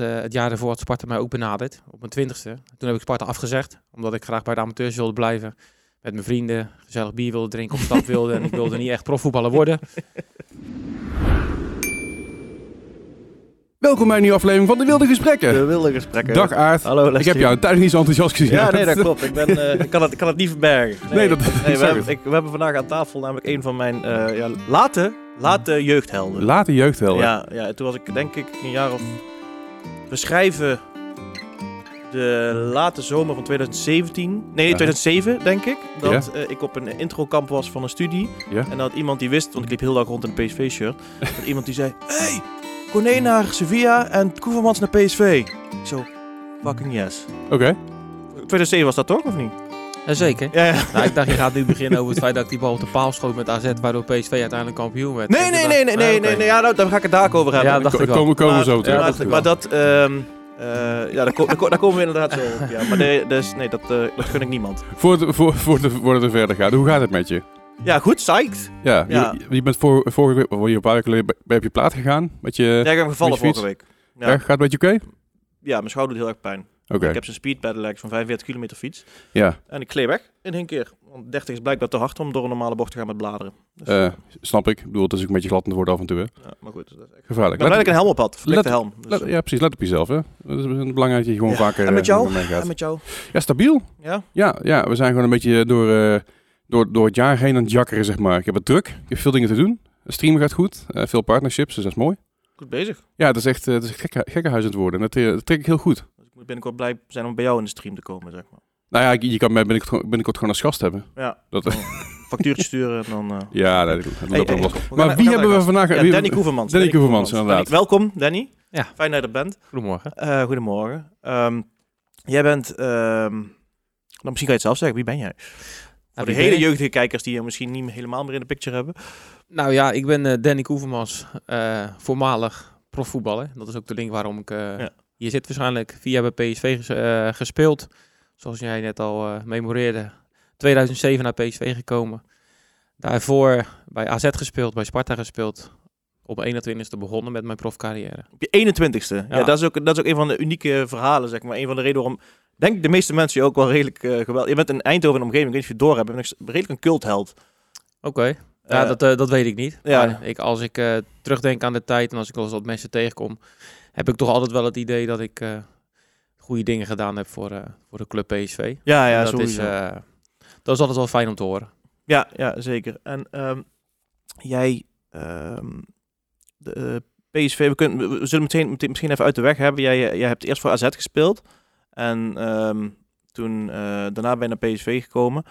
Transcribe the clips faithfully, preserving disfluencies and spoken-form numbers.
uh, het jaar ervoor had Sparta mij ook benaderd, op mijn twintigste. Toen heb ik Sparta afgezegd, omdat ik graag bij de amateurs wilde blijven. Met mijn vrienden, gezellig bier wilde drinken, op stap wilde. En ik wilde niet echt profvoetballer worden. Welkom bij een nieuwe aflevering van De Wilde Gesprekken. De Wilde Gesprekken. Dag Aart. Hallo Leslie. Ik heb jou tijdens niet zo enthousiast gezien. Ja, nee, dat klopt. Ik, ben, uh, ik, kan, het, ik kan het niet verbergen. Nee, nee dat nee, we, hebben, ik, we hebben vandaag aan tafel namelijk een van mijn uh, ja, late, late jeugdhelden. Late jeugdhelden? Ja, ja, toen was ik denk ik een jaar of... We schrijven de late zomer van twintig zeventien. Nee, tweeduizend zeven denk ik. Dat ja. uh, ik op een introkamp was van een studie. Ja. En dat iemand die wist, want ik liep heel dag rond in een P S V-shirt. Dat iemand die zei... Hey! Corné naar Sevilla en Koevermans naar P S V. Ik zo, fucking yes. Oké. Okay. tweeduizend zeven was dat toch, of niet? Jazeker. Ja, ja. Nou, ik dacht, je gaat nu beginnen over het feit dat ik die bal op de paal schoot met A Z, waardoor P S V uiteindelijk kampioen werd. Nee, nee, nee, nee, nee, nee, nee, ja, nou, daar ga ik het daar over hebben. Ja, dacht ik wel. Komen, komen maar, zo terug. Ja, Ja, maar, maar dat, um, uh, ja, daar, ko- daar, ko- daar komen we inderdaad zo op. Ja, maar de, dus, nee, dat, uh, dat gun ik niemand. Voor het, voor, voor, de, voordat we verder gaan, hoe gaat het met je? Ja, goed, psyched. Ja, ja. Je, je bent voor, vorige week, je een paar weken geleden bij op je plaat gegaan. Met je, ja, ik heb gevallen vorige week. Ja. Ja, gaat het met je oké? Okay? Ja, mijn schouder doet heel erg pijn. Okay. Ik heb zo'n speed pedelec van vijfenveertig kilometer fiets. Ja. En ik gleed weg in één keer. Want dertig is blijkbaar te hard om door een normale bocht te gaan met bladeren. Dus, uh, snap ik. Ik bedoel, het is ook een beetje glad aan het worden af en toe. Hè? Ja, maar goed, dat is echt gevaarlijk. Ik ben blij dat ik een helm op had. Verlichte helm. Dus let, ja, precies. Let op jezelf. Hè. Dat is belangrijk dat je gewoon ja. vaker en met jou? uh, meegaat. En met jou? Ja, stabiel. Ja? Ja, ja, we zijn gewoon een beetje door, uh, door, door het jaar heen aan het jakkeren, zeg maar. Ik heb het druk. Ik heb veel dingen te doen. De stream gaat goed. Uh, veel partnerships, dus dat is mooi. Goed bezig. Ja, het is echt, uh, het is echt gekke, gekkenhuis aan het worden. En dat, uh, dat trek ik heel goed. Dus ik moet binnenkort blij zijn om bij jou in de stream te komen, zeg maar. Nou ja, je kan mij binnenkort, binnenkort gewoon als gast hebben. Ja. Dat, uh, factuurtje sturen en dan... Uh... Ja, dat doe hey, ik hey, wel. hey, Maar wie hebben we vandaag... Ja, wie Danny Koevermans. Danny Koevermans, inderdaad. Danny, welkom, Danny. Ja. Fijn dat je er bent. Goedemorgen. Uh, goedemorgen. Um, jij bent... Um, nou, misschien kan je het zelf zeggen. Wie ben jij? Voor de hele jeugdige kijkers die je misschien niet helemaal meer in de picture hebben. Nou ja, ik ben uh, Danny Koevermans, uh, voormalig profvoetballer. Dat is ook de link waarom ik uh, ja. hier zit waarschijnlijk. Via bij P S V ges- uh, gespeeld. Zoals jij net al uh, memoreerde. tweeduizend zeven naar P S V gekomen. Daarvoor bij A Z gespeeld, bij Sparta gespeeld. Op mijn eenentwintigste begonnen met mijn profcarrière. Op je eenentwintigste? Ja, ja dat, is ook, dat is ook een van de unieke verhalen, zeg maar. Een van de redenen waarom... denk ik de meeste mensen je ook wel redelijk uh, geweldig... Je bent in Eindhoven een omgeving, ik weet niet of je het door hebt. Je bent redelijk een cultheld. Oké. Okay. Ja, uh, dat, uh, dat weet ik niet. Ja. Maar ik, als ik uh, terugdenk aan de tijd en als ik wel eens wat mensen tegenkom, heb ik toch altijd wel het idee dat ik uh, goede dingen gedaan heb voor, uh, voor de club P S V. Ja, ja, dat sowieso. Is, uh, dat is altijd wel fijn om te horen. Ja, ja zeker. En um, jij... Um, de, uh, P S V, we, kunnen, we zullen meteen, meteen misschien even uit de weg hebben. Jij, jij hebt eerst voor A Z gespeeld. En um, toen uh, daarna ben je naar P S V gekomen.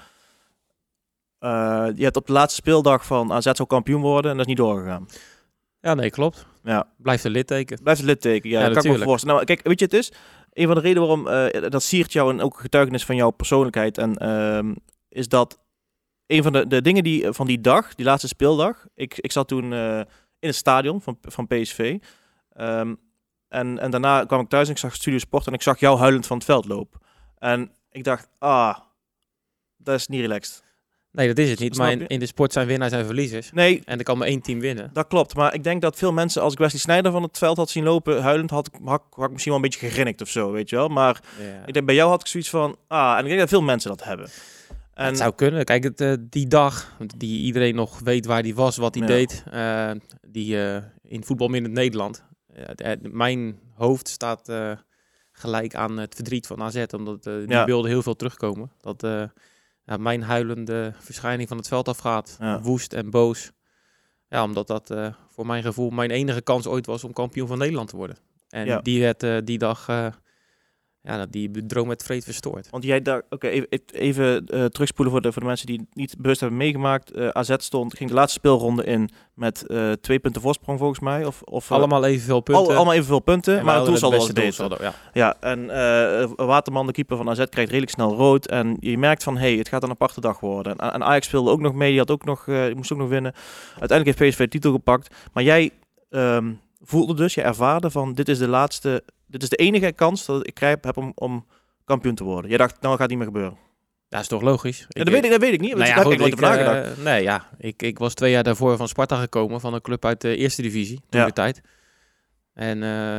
Uh, je hebt op de laatste speeldag van A Z zou kampioen worden en dat is niet doorgegaan. Ja, nee, klopt. Ja. Blijft een litteken. Blijft een litteken, ja, ja dat kan ik me voorstellen. Nou, kijk, weet je, het is een van de redenen waarom uh, dat siert jou en ook een getuigenis van jouw persoonlijkheid. En uh, is dat een van de, de dingen die van die dag, die laatste speeldag. Ik, ik zat toen uh, in het stadion van, van P S V. Um, en, en daarna kwam ik thuis en ik zag Studio Sport en ik zag jou huilend van het veld lopen. En ik dacht, ah, dat is niet relaxed. Nee, dat is het niet. Snap maar in, in de sport zijn winnaars en verliezers. Nee. En er kan maar één team winnen. Dat klopt. Maar ik denk dat veel mensen, als ik Wesley Sneijder van het veld had zien lopen, huilend, had ik, had, had ik misschien wel een beetje gegrinnikt of zo, weet je wel. Maar ja. Ik denk, bij jou had ik zoiets van, ah, en ik denk dat veel mensen dat hebben. En het zou kunnen. Kijk, het, uh, die dag, die iedereen nog weet waar die was, wat hij ja. deed, uh, die uh, in voetbalminnend Nederland. Uh, mijn hoofd staat uh, gelijk aan het verdriet van A Z, omdat uh, die ja. beelden heel veel terugkomen. Dat... Uh, Ja, mijn huilende verschijning van het veld afgaat. Ja. Woest en boos. Ja, omdat dat uh, voor mijn gevoel mijn enige kans ooit was om kampioen van Nederland te worden. En ja. die werd uh, die dag, uh, ja, die droom werd vreed verstoord. Want jij daar, oké, okay, even, even uh, terugspoelen voor de, voor de mensen die het niet bewust hebben meegemaakt. Uh, A Z stond, ging de laatste speelronde in met uh, twee punten voorsprong volgens mij. Of, of, allemaal evenveel punten. Al, allemaal evenveel punten, en maar het doelsaldo was het beter. Ja. ja, en uh, Waterman, de keeper van A Z, krijgt redelijk snel rood. En je merkt van, hé, hey, het gaat een aparte dag worden. En, en Ajax speelde ook nog mee, die had ook nog, uh, moest ook nog winnen. Uiteindelijk heeft P S V de titel gepakt. Maar jij um, voelde dus, je ervaarde van, dit is de laatste, dit is de enige kans dat ik krijg, heb om... om kampioen te worden. Jij dacht, nou gaat niet meer gebeuren. Ja, is toch logisch? Ja, dat, ik, weet ik, dat weet ik niet. Nou ja, daar goed, heb ik nooit over nagedacht. Uh, nee, ja. Ik, ik was twee jaar daarvoor van Sparta gekomen, van een club uit de eerste divisie, toen ja. de tijd. En uh,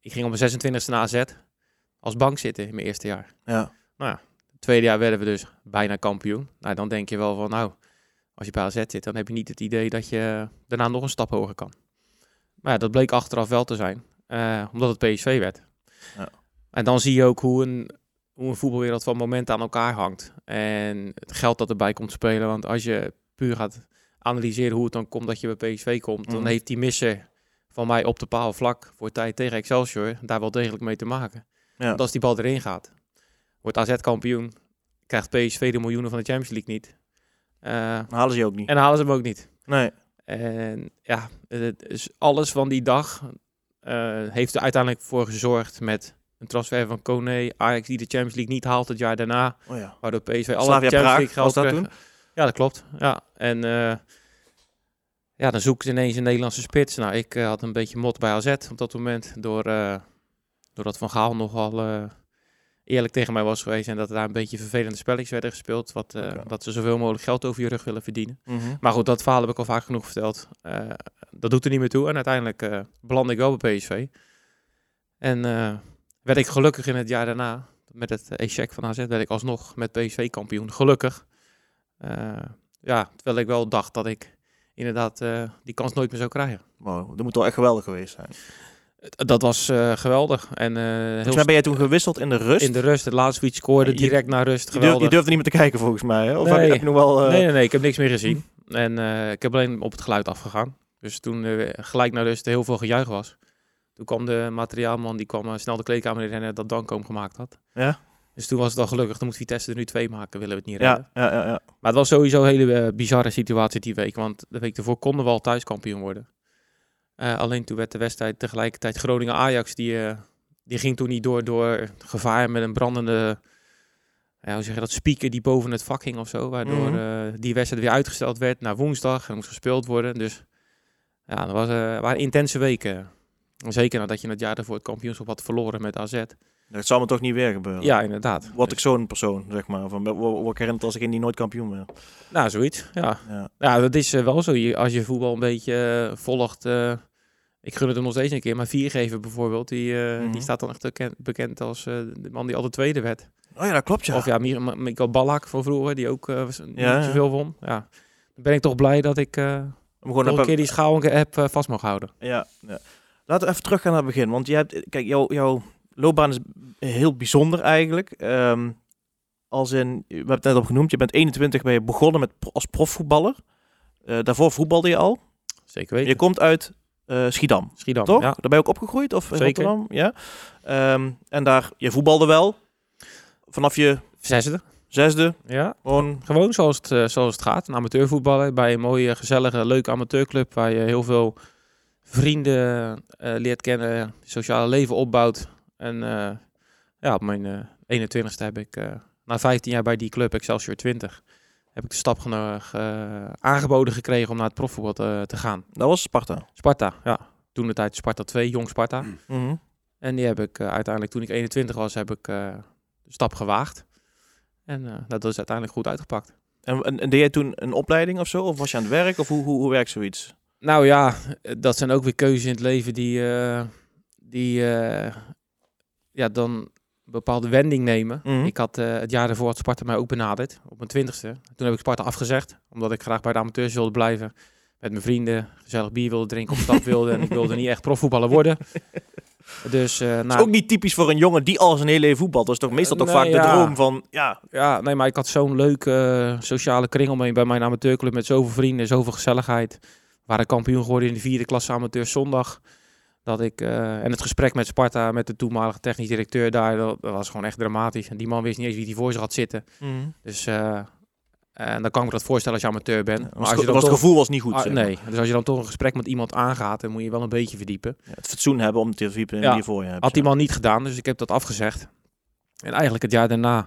ik ging op mijn zesentwintigste naar A Z als bank zitten in mijn eerste jaar. Ja. Nou ja, het tweede jaar werden we dus bijna kampioen. Nou, dan denk je wel van, nou, als je bij A Z zit, dan heb je niet het idee dat je daarna nog een stap hoger kan. Maar ja, dat bleek achteraf wel te zijn, uh, omdat het P S V werd. Ja. En dan zie je ook hoe een, hoe een voetbalwereld van momenten aan elkaar hangt. En het geld dat erbij komt spelen, want als je puur gaat analyseren hoe het dan komt dat je bij P S V komt, mm. dan heeft die misser van mij op de paal vlak voor tijd tegen Excelsior daar wel degelijk mee te maken. Ja. Want als die bal erin gaat, wordt A Z kampioen, krijgt P S V de miljoenen van de Champions League niet. Uh, dan halen ze je ook niet. En dan halen ze hem ook niet. Nee. En ja, het is alles van die dag uh, heeft er uiteindelijk voor gezorgd met een transfer van Kone, Ajax die de Champions League niet haalt het jaar daarna. Oh ja. Waardoor P S V alle Slavia Champions League Praag, geld was dat kreeg. toen? Ja, dat klopt. Ja. En uh, ja, dan zoeken ze ineens een Nederlandse spits. Nou, ik uh, had een beetje mot bij A Z op dat moment. Door, uh, doordat Van Gaal nogal uh, eerlijk tegen mij was geweest. En dat er daar een beetje vervelende spelletjes werden gespeeld. Wat, uh, okay. Dat ze zoveel mogelijk geld over je rug willen verdienen. Mm-hmm. Maar goed, dat verhaal heb ik al vaak genoeg verteld. Uh, dat doet er niet meer toe. En uiteindelijk uh, belandde ik wel bij P S V. En uh, werd ik gelukkig in het jaar daarna, met het echec van A Z, werd ik alsnog met P S V kampioen. Gelukkig. Uh, ja, terwijl ik wel dacht dat ik inderdaad uh, die kans nooit meer zou krijgen. Wow, dat moet wel echt geweldig geweest zijn. Dat was uh, geweldig. En, uh, volgens mij ben jij toen gewisseld in de rust? In de rust. Het laatste fiets scoorde je, direct naar rust. Geweldig. Je, durf, je durfde niet meer te kijken volgens mij, hè? Of nee. heb, je, heb je nog wel... Uh... Nee, nee, nee. Ik heb niks meer gezien. Hm. En uh, ik heb alleen op het geluid afgegaan. Dus toen uh, gelijk naar rust heel veel gejuich was. Toen kwam de materiaalman, die kwam uh, snel de kleedkamer in rennen dat Dankoom gemaakt had. Ja? Dus toen was het al gelukkig. Dan moet Vitesse er nu twee maken, willen we het niet ja, redden. Ja, ja, ja. Maar het was sowieso een hele uh, bizarre situatie die week. Want de week ervoor konden we al thuis kampioen worden. Uh, alleen toen werd de wedstrijd tegelijkertijd Groningen-Ajax. Die, uh, die ging toen niet door door gevaar met een brandende... Ja, hoe zeg je dat? Speaker die boven het vak hing of zo. Waardoor mm-hmm. uh, die wedstrijd weer uitgesteld werd naar woensdag. En moest gespeeld worden. Dus ja, dat was, uh, waren intense weken. Zeker nadat je het jaar daarvoor het kampioenschap had verloren met A Z. Dat zal me toch niet weer gebeuren? Ja, inderdaad. Word ik zo'n persoon, zeg maar. Van, word ik herinnerd als ik in die nooit kampioen ben? Nou, zoiets, ja. Ja, ja dat is uh, wel zo. Je, als je voetbal een beetje uh, volgt... Uh, ik gun het hem nog steeds een keer. Maar Viergever bijvoorbeeld, die, uh, mm-hmm. die staat dan echt bekend, bekend als uh, de man die altijd tweede werd. Oh ja, dat klopt, ja. Of ja, Michael Ballack van vroeger, die ook uh, niet ja, zoveel won. Ja. Dan ben ik toch blij dat ik uh, nog een keer die Schouwenke-app uh, vast mag houden. Ja, ja. Laten we even teruggaan naar het begin. Want je hebt, kijk, jou, jouw loopbaan is heel bijzonder eigenlijk. Um, als in, we hebben het net op genoemd, je bent eenentwintig, ben je begonnen met pro- als profvoetballer. Uh, daarvoor voetbalde je al. Zeker weten. Je komt uit uh, Schiedam. Schiedam, toch? Ja. Daar ben je ook opgegroeid? Of Zeker. Rotterdam? Ja. Um, en daar, je voetbalde wel. Vanaf je... Zesde. Zesde. Ja. Gewoon, Gewoon zoals het, uh, zoals het gaat. Een amateurvoetballer bij een mooie, gezellige, leuke amateurclub. Waar je heel veel vrienden uh, leert kennen. Sociale leven opbouwt. En uh, ja, op mijn uh, eenentwintigste heb ik... Uh, na vijftien jaar bij die club, Excelsior twintig... heb ik de stap geno- uh, aangeboden gekregen om naar het profvoetbal te, te gaan. Dat was Sparta? Sparta, ja. Toen de tijd Sparta twee, Jong Sparta. Mm-hmm. En die heb ik uh, uiteindelijk, toen ik eenentwintig was, heb ik uh, de stap gewaagd. En uh, dat is uiteindelijk goed uitgepakt. En, en, en deed jij toen een opleiding of zo? Of was je aan het werk? Of hoe, hoe, hoe werkt zoiets? Nou ja, dat zijn ook weer keuzes in het leven die, uh, die uh, ja, dan een bepaalde wending nemen. Mm-hmm. Ik had uh, het jaar daarvoor had Sparta mij ook benaderd, op mijn twintigste. Toen heb ik Sparta afgezegd, omdat ik graag bij de amateurs wilde blijven. Met mijn vrienden, gezellig bier wilde drinken, op stap wilde. En ik wilde niet echt profvoetballer worden. Dus, uh, nou, dat is ook niet typisch voor een jongen die al zijn hele leven voetbalt. Dat is toch meestal toch nee, vaak ja. de droom van... Ja, ja, nee, maar ik had zo'n leuke uh, sociale kring omheen bij mijn amateurclub. Met zoveel vrienden, zoveel gezelligheid. We waren kampioen geworden in de vierde klasse amateurs zondag. Dat ik, uh, en het gesprek met Sparta, met de toenmalige technisch directeur daar, dat, dat was gewoon echt dramatisch. En die man wist niet eens wie die voor zich had zitten. Mm. Dus... Uh, En dan kan ik me dat voorstellen als je amateur bent. Ja, maar als je dan was toch, het gevoel was niet goed. Ah, nee, dus als je dan toch een gesprek met iemand aangaat, dan moet je wel een beetje verdiepen. Ja, het fatsoen hebben om te verdiepen ja, die voor je hebt. Had die man niet gedaan, dus ik heb dat afgezegd. En eigenlijk het jaar daarna,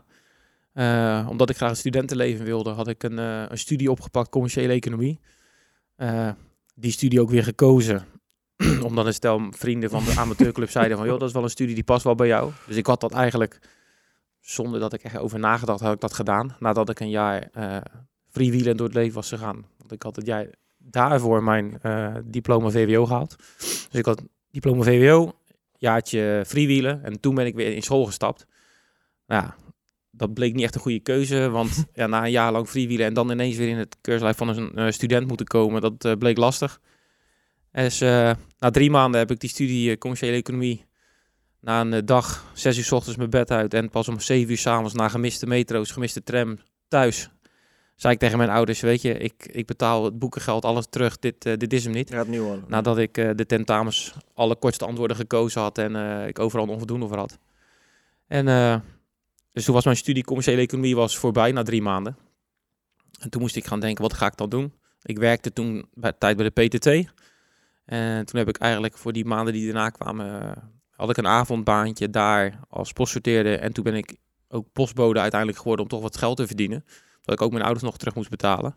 uh, omdat ik graag een studentenleven wilde, had ik een, uh, een studie opgepakt, commerciële economie. Uh, die studie ook weer gekozen. Omdat een stel vrienden van de amateurclub zeiden van, joh, dat is wel een studie die past wel bij jou. Dus ik had dat eigenlijk... Zonder dat ik echt over nagedacht had ik dat gedaan. Nadat ik een jaar uh, freewheelend door het leven was gegaan. Want ik had het jaar daarvoor mijn uh, diploma V W O gehaald. Dus ik had diploma V W O, jaartje freewheelen. En toen ben ik weer in school gestapt. Nou ja, dat bleek niet echt een goede keuze. Want ja, na een jaar lang freewheelen en dan ineens weer in het keurslijf van een uh, student moeten komen, dat uh, bleek lastig. Dus uh, na drie maanden heb ik die studie uh, commerciële economie na een uh, dag, zes uur 's ochtends mijn bed uit en pas om zeven uur 's avonds na gemiste metro's, gemiste tram thuis, zei ik tegen mijn ouders, weet je, ik, ik betaal het boekengeld, alles terug, dit, uh, dit is hem niet. Ja, het nieuwe. Nadat ik uh, de tentamens alle kortste antwoorden gekozen had en uh, ik overal een onvoldoende over had. En uh, dus toen was mijn studie commerciële economie was voorbij na drie maanden. En toen moest ik gaan denken, wat ga ik dan doen? Ik werkte toen bij tijd bij de P T T. En toen heb ik eigenlijk voor die maanden die daarna kwamen, uh, had ik een avondbaantje daar als postsorteerder. En toen ben ik ook postbode uiteindelijk geworden om toch wat geld te verdienen. Dat ik ook mijn ouders nog terug moest betalen.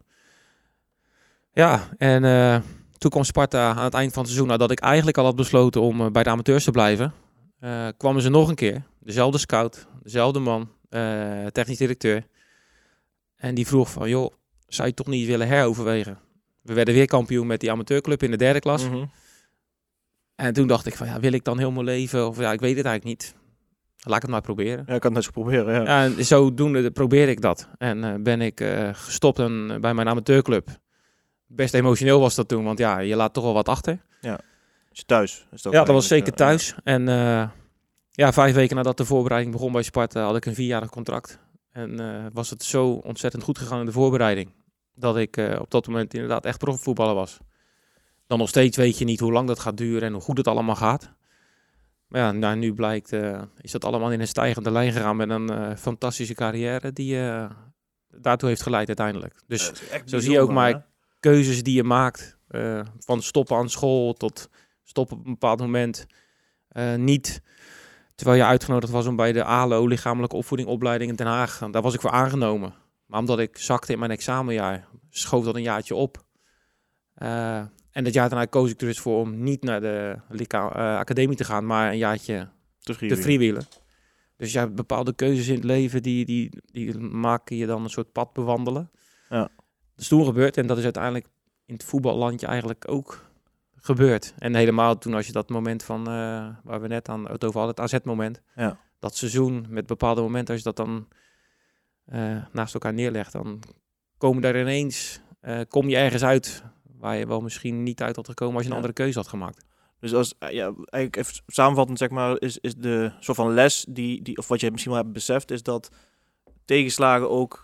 Ja, en uh, toen kwam Sparta aan het eind van het seizoen, nadat ik eigenlijk al had besloten om uh, bij de amateurs te blijven, uh, kwamen ze nog een keer. Dezelfde scout, dezelfde man, uh, technisch directeur. En die vroeg van, joh, zou je toch niet willen heroverwegen? We werden weer kampioen met die amateurclub in de derde klas. Mm-hmm. En toen dacht ik van, ja, wil ik dan heel mijn leven? Of ja, ik weet het eigenlijk niet. Laat ik het maar proberen. Ja, ik kan het eens proberen, ja. Ja, en zodoende probeerde ik dat. En uh, ben ik uh, gestopt en, uh, bij mijn amateurclub. Best emotioneel was dat toen, want ja, je laat toch wel wat achter. Ja, is thuis? Is dat ja, dat was zeker thuis. Ja. En uh, ja, vijf weken nadat de voorbereiding begon bij Sparta, had ik een vierjarig contract. En uh, was het zo ontzettend goed gegaan in de voorbereiding, dat ik uh, op dat moment inderdaad echt profvoetballer was. Dan nog steeds weet je niet hoe lang dat gaat duren en hoe goed het allemaal gaat. Maar ja, nou, nu blijkt, uh, is dat allemaal in een stijgende lijn gegaan met een uh, fantastische carrière die uh, daartoe heeft geleid uiteindelijk. Dus zo bijzonder, zie je ook maar hè? Keuzes die je maakt, uh, van stoppen aan school tot stoppen op een bepaald moment. Uh, niet terwijl je uitgenodigd was om bij de A L O, lichamelijke opvoeding opleiding in Den Haag, daar was ik voor aangenomen. Maar omdat ik zakte in mijn examenjaar, schoof dat een jaartje op. Uh, en dat jaar daarna koos ik er dus voor om niet naar de Lika, uh, academie te gaan, maar een jaartje te freewheelen. freewheelen. Dus je hebt bepaalde keuzes in het leven, die, die, die maken je dan een soort pad bewandelen. Ja. Dat is toen gebeurd en dat is uiteindelijk in het voetballandje eigenlijk ook gebeurd. En helemaal toen als je dat moment van, uh, waar we net aan het over hadden, het A Z-moment, ja. dat seizoen met bepaalde momenten, als je dat dan uh, naast elkaar neerlegt, dan komen daar ineens, uh, kom je ergens uit waar je wel misschien niet uit had gekomen als je een ja. andere keuze had gemaakt. Dus als, ja, eigenlijk even samenvattend, zeg maar, is, is de soort van les die, die, of wat je misschien wel hebt beseft, is dat tegenslagen ook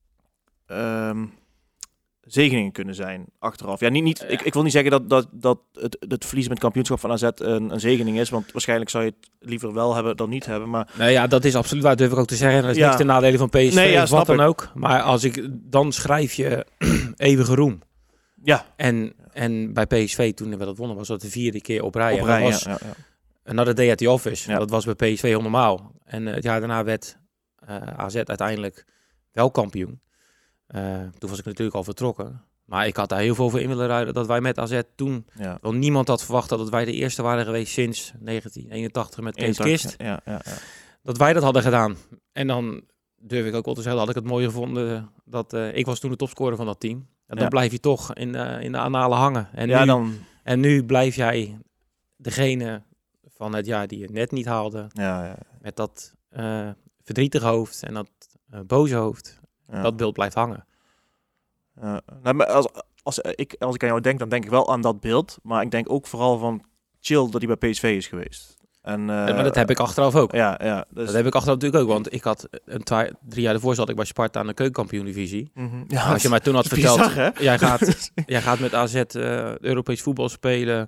um, zegeningen kunnen zijn achteraf. Ja, niet, niet, ja. Ik, ik wil niet zeggen dat, dat, dat het, het verlies met het kampioenschap van A Z een, een zegening is, want waarschijnlijk zou je het liever wel hebben dan niet hebben. Maar nou ja, dat is absoluut waar, durf ik ook te zeggen. Dat is ja. niks ten nadele van P S V, nee, ja, wat dan ik. ook. Maar als ik, dan schrijf je eeuwige roem. Ja. En, en bij P S V, toen we dat wonnen, was dat de vierde keer op rij. Op rij, en dat was ja, ja, ja. another day at the office. Ja. Dat was bij P S V heel normaal. En uh, het jaar daarna werd uh, A Z uiteindelijk wel kampioen. Uh, toen was ik natuurlijk al vertrokken. Maar ik had daar heel veel voor in willen ruilen dat wij met A Z toen... Ja. wel niemand had verwacht dat wij de eerste waren geweest sinds negentien eenentachtig met Kees Kist. Ja, ja, ja. Dat wij dat hadden gedaan. En dan durf ik ook wel te zeggen, had ik het mooi gevonden dat uh, ik was toen de topscorer van dat team. En dan ja. blijf je toch in, uh, in de analen hangen. En, ja, nu, dan... en nu blijf jij degene van het jaar die je net niet haalde. Ja, ja. Met dat uh, verdrietige hoofd en dat uh, boze hoofd. Ja. Dat beeld blijft hangen. Uh, nou, maar als, als, ik, als ik aan jou denk, dan denk ik wel aan dat beeld. Maar ik denk ook vooral van chill dat hij bij P S V is geweest. En, uh, ja, maar dat heb ik achteraf ook. Ja, ja, dus... Dat heb ik achteraf natuurlijk ook. Want ik had een twa- drie jaar ervoor zat ik bij Sparta aan de keukenkampioen-divisie. Mm-hmm. Ja, als je mij toen had verteld, bizar, jij, gaat, jij gaat met A Z uh, Europees voetbal spelen.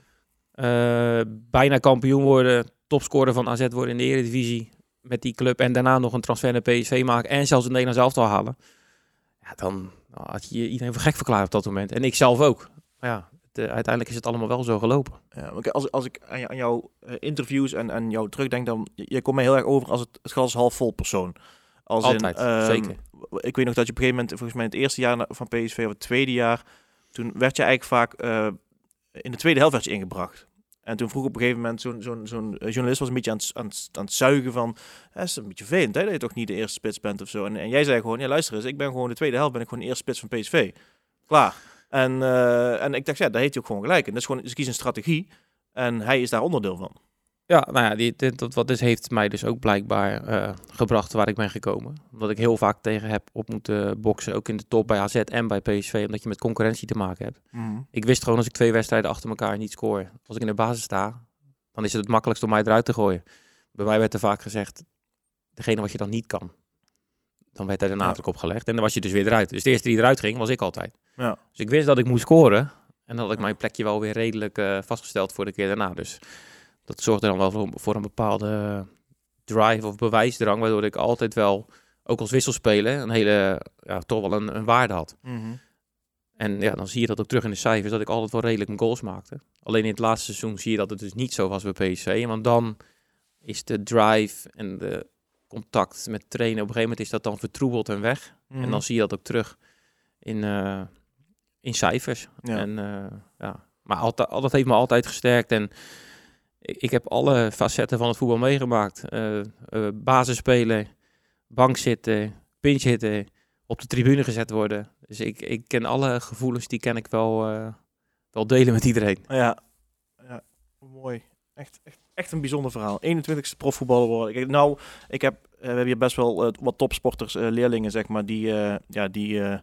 Uh, bijna kampioen worden. Topscorer van A Z worden in de Eredivisie. Met die club. En daarna nog een transfer naar P S V maken. En zelfs een Nederlands elftal halen. Ja, dan had je iedereen voor gek verklaard op dat moment. En ik zelf ook. Maar ja, het, uh, uiteindelijk is het allemaal wel zo gelopen. Ja, als, als ik aan, aan jouw uh, interviews en aan jou terugdenk, dan je komt mij heel erg over als het, het glas half vol persoon. Als Altijd, in, um, zeker. Ik weet nog dat je op een gegeven moment, volgens mij in het eerste jaar van P S V of het tweede jaar, toen werd je eigenlijk vaak uh, in de tweede helft werd je ingebracht. En toen vroeg op een gegeven moment zo'n, zo'n, zo'n journalist was een beetje aan het, aan het, aan het zuigen van, het is een beetje vervelend, hè, dat je toch niet de eerste spits bent of zo. En, en jij zei gewoon, ja luister eens, ik ben gewoon de tweede helft, ben ik gewoon de eerste spits van P S V. Klaar. En, uh, en ik dacht, ja, daar heeft hij ook gewoon gelijk. En dat is gewoon, ze kiezen een strategie en hij is daar onderdeel van. Ja, nou ja, die, dit, dat wat dus heeft mij dus ook blijkbaar uh, gebracht waar ik ben gekomen. Omdat ik heel vaak tegen heb op moeten boksen, ook in de top bij A Z en bij P S V, omdat je met concurrentie te maken hebt. Mm. Ik wist gewoon als ik twee wedstrijden achter elkaar niet scoor, als ik in de basis sta, dan is het het makkelijkst om mij eruit te gooien. Bij mij werd er vaak gezegd, degene wat je dan niet kan, dan werd er de nadruk ja. op gelegd en dan was je dus weer eruit. Dus de eerste die eruit ging, was ik altijd. Ja. Dus ik wist dat ik moest scoren en dan had ik mijn plekje wel weer redelijk uh, vastgesteld voor de keer daarna. Dus dat zorgde dan wel voor, voor een bepaalde drive of bewijsdrang, waardoor ik altijd wel, ook als wisselspeler, een hele, ja, toch wel een, een waarde had. Mm-hmm. En ja, dan zie je dat ook terug in de cijfers, dat ik altijd wel redelijk mijn goals maakte. Alleen in het laatste seizoen zie je dat het dus niet zo was bij P S V, want dan is de drive en de contact met trainen, op een gegeven moment is dat dan vertroebeld en weg. Mm-hmm. En dan zie je dat ook terug in, uh, in cijfers. Ja. En, uh, ja. Maar altijd, dat heeft me altijd gesterkt en ik, ik heb alle facetten van het voetbal meegemaakt. Uh, uh, basisspelen, bank zitten, pinch hitten, op de tribune gezet worden. Dus ik, ik ken alle gevoelens, die ken ik wel, uh, wel delen met iedereen. Ja, ja mooi. Echt, echt, echt een bijzonder verhaal. eenentwintigste profvoetballer worden. Ik, nou, ik heb, uh, we hebben hier best wel uh, wat topsporters, uh, leerlingen, zeg maar, die, uh, ja, die uh,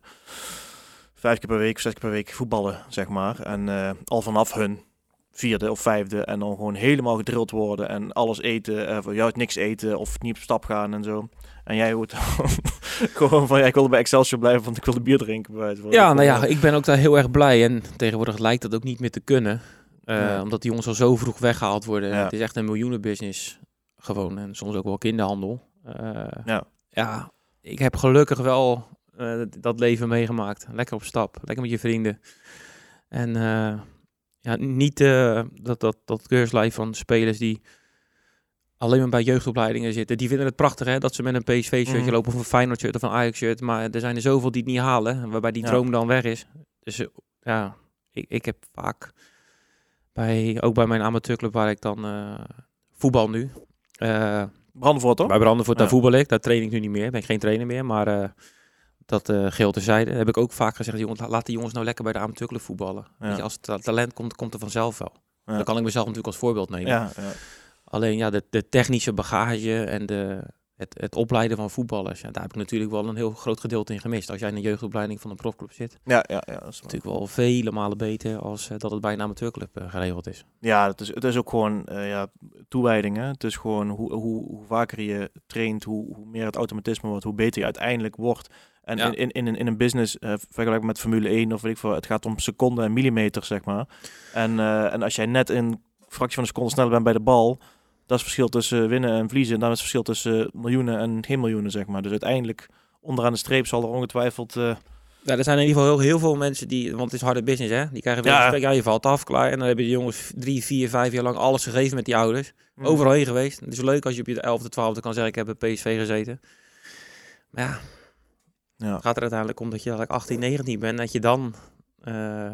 vijf keer per week, zes keer per week voetballen, zeg maar. En uh, al vanaf hun vierde of vijfde en dan gewoon helemaal gedrild worden en alles eten, uh, voor jou niks eten of niet op stap gaan en zo. En jij wordt gewoon van, ja, ik wilde bij Excelsior blijven, want ik wilde bier drinken. Bij het ja, nou ja, ik ben ook daar heel erg blij en tegenwoordig lijkt dat ook niet meer te kunnen. Uh, ja. Omdat die jongens al zo vroeg weggehaald worden. Ja. Het is echt een miljoenenbusiness gewoon en soms ook wel kinderhandel. Uh, ja. ja, ik heb gelukkig wel uh, dat leven meegemaakt. Lekker op stap, lekker met je vrienden. En uh, ja, niet uh, dat, dat, dat keurslijf van spelers die alleen maar bij jeugdopleidingen zitten. Die vinden het prachtig, hè, dat ze met een P S V-shirtje mm. lopen of een Feyenoord-shirt of een Ajax-shirt. Maar er zijn er zoveel die het niet halen, waarbij die ja. droom dan weg is. Dus uh, ja, ik, ik heb vaak, bij, ook bij mijn amateurclub waar ik dan uh, voetbal nu. Uh, Brandenvoort, toch? Bij Brandenvoort, ja. Daar voetbal ik. Daar train ik nu niet meer. Ben ik geen trainer meer, maar uh, dat uh, geheel terzijde. Heb ik ook vaak gezegd, jongens, laat die jongens nou lekker bij de amateurclub voetballen. Ja. Weet je, als het talent komt, komt er vanzelf wel. Ja. Dan kan ik mezelf natuurlijk als voorbeeld nemen. Ja, ja. Alleen ja, de, de technische bagage en de, het, het opleiden van voetballers, ja, daar heb ik natuurlijk wel een heel groot gedeelte in gemist. Als jij in een jeugdopleiding van een profclub zit, ja, ja, ja, dat is natuurlijk wel vele malen beter als uh, dat het bij een amateurclub uh, geregeld is. Ja, het is, het is ook gewoon uh, ja, toewijding. Hè? Het is gewoon hoe, hoe, hoe vaker je traint, hoe, hoe meer het automatisme wordt, hoe beter je uiteindelijk wordt. En ja. in, in, in, in een business, uh, vergelijkbaar met Formule één of weet ik veel, het gaat om seconden en millimeters, zeg maar. En, uh, en als jij net een fractie van een seconde sneller bent bij de bal, dat is het verschil tussen winnen en verliezen. En dan is het verschil tussen miljoenen en geen miljoenen, zeg maar. Dus uiteindelijk, onderaan de streep zal er ongetwijfeld... Uh... Ja, er zijn in ieder geval heel, heel veel mensen die... Want het is harde business, hè? Die krijgen weer ja. een gesprek. Ja, je valt af, klaar. En dan hebben die jongens drie, vier, vijf jaar lang alles gegeven met die ouders. Mm. Overal heen geweest. Het is leuk als je op je elfde, twaalfde kan zeggen, ik heb bij P S V gezeten. Maar ja, ja. Het gaat er uiteindelijk om dat je achttien, negentien bent. Dat je dan uh,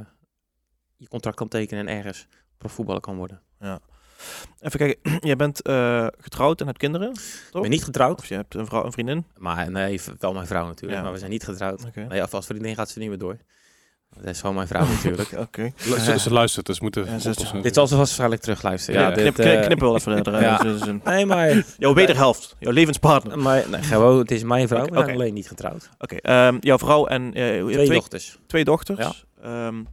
je contract kan tekenen en ergens profvoetballer kan worden. Ja. Even kijken, jij bent uh, getrouwd en hebt kinderen, toch? Ik ben niet getrouwd. Of je hebt een vrouw, een vriendin? Maar nee, wel mijn vrouw natuurlijk, ja. Maar we zijn niet getrouwd. Okay. Nee, als vriendin gaat ze niet meer door. Dat is gewoon mijn vrouw natuurlijk. Oké. Okay. Ze, ze luistert, dus moeten... Ja, ze, dit zal ze waarschijnlijk terugluisteren. Ja, ja, dit, knip, uh, knip wel even eruit. Ja. Dus een... Nee, maar... Jouw wederhelft, jouw levenspartner. Maar, nee, gewoon, het is mijn vrouw, okay, we zijn okay. alleen niet getrouwd. Oké, okay, um, jouw vrouw en... Uh, twee, twee dochters. Twee dochters. Ja. Um,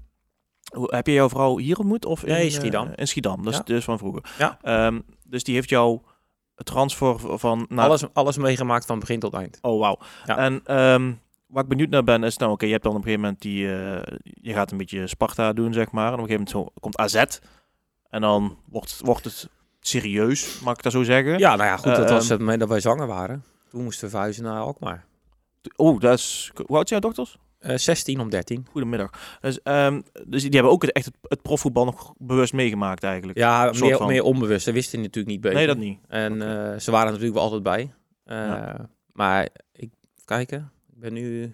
Heb je jouw vrouw hier ontmoet? Of nee, in Schiedam. Uh, in Schiedam, dus, ja. dus van vroeger. Ja. Um, dus die heeft jou transfer van... Naar... Alles, alles meegemaakt van begin tot eind. Oh, wauw. Ja. En um, waar ik benieuwd naar ben is, nou oké, okay, je hebt dan op een gegeven moment die... Uh, je gaat een beetje Sparta doen, zeg maar. En op een gegeven moment zo, komt A Z. En dan wordt, wordt het serieus, mag ik dat zo zeggen? Ja, nou ja, goed. Uh, dat was het moment dat wij zanger waren. Toen moesten we verhuizen naar Alkmaar. Oh, dat is... Hoe oud zijn jouw dochters? Uh, zestien om dertien. Goedemiddag. Dus, um, dus die hebben ook echt het, het profvoetbal nog bewust meegemaakt eigenlijk. Ja, meer, van... meer onbewust. Ze wisten natuurlijk niet beter. Nee, dat niet. En okay. uh, ze waren natuurlijk wel altijd bij. Uh, ja. Maar ik, kijken, ik ben nu,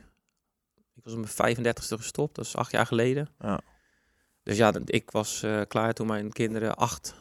ik was op mijn vijfendertigste gestopt. Dat is acht jaar geleden. Ja. Dus ja, ik was uh, klaar toen mijn kinderen acht,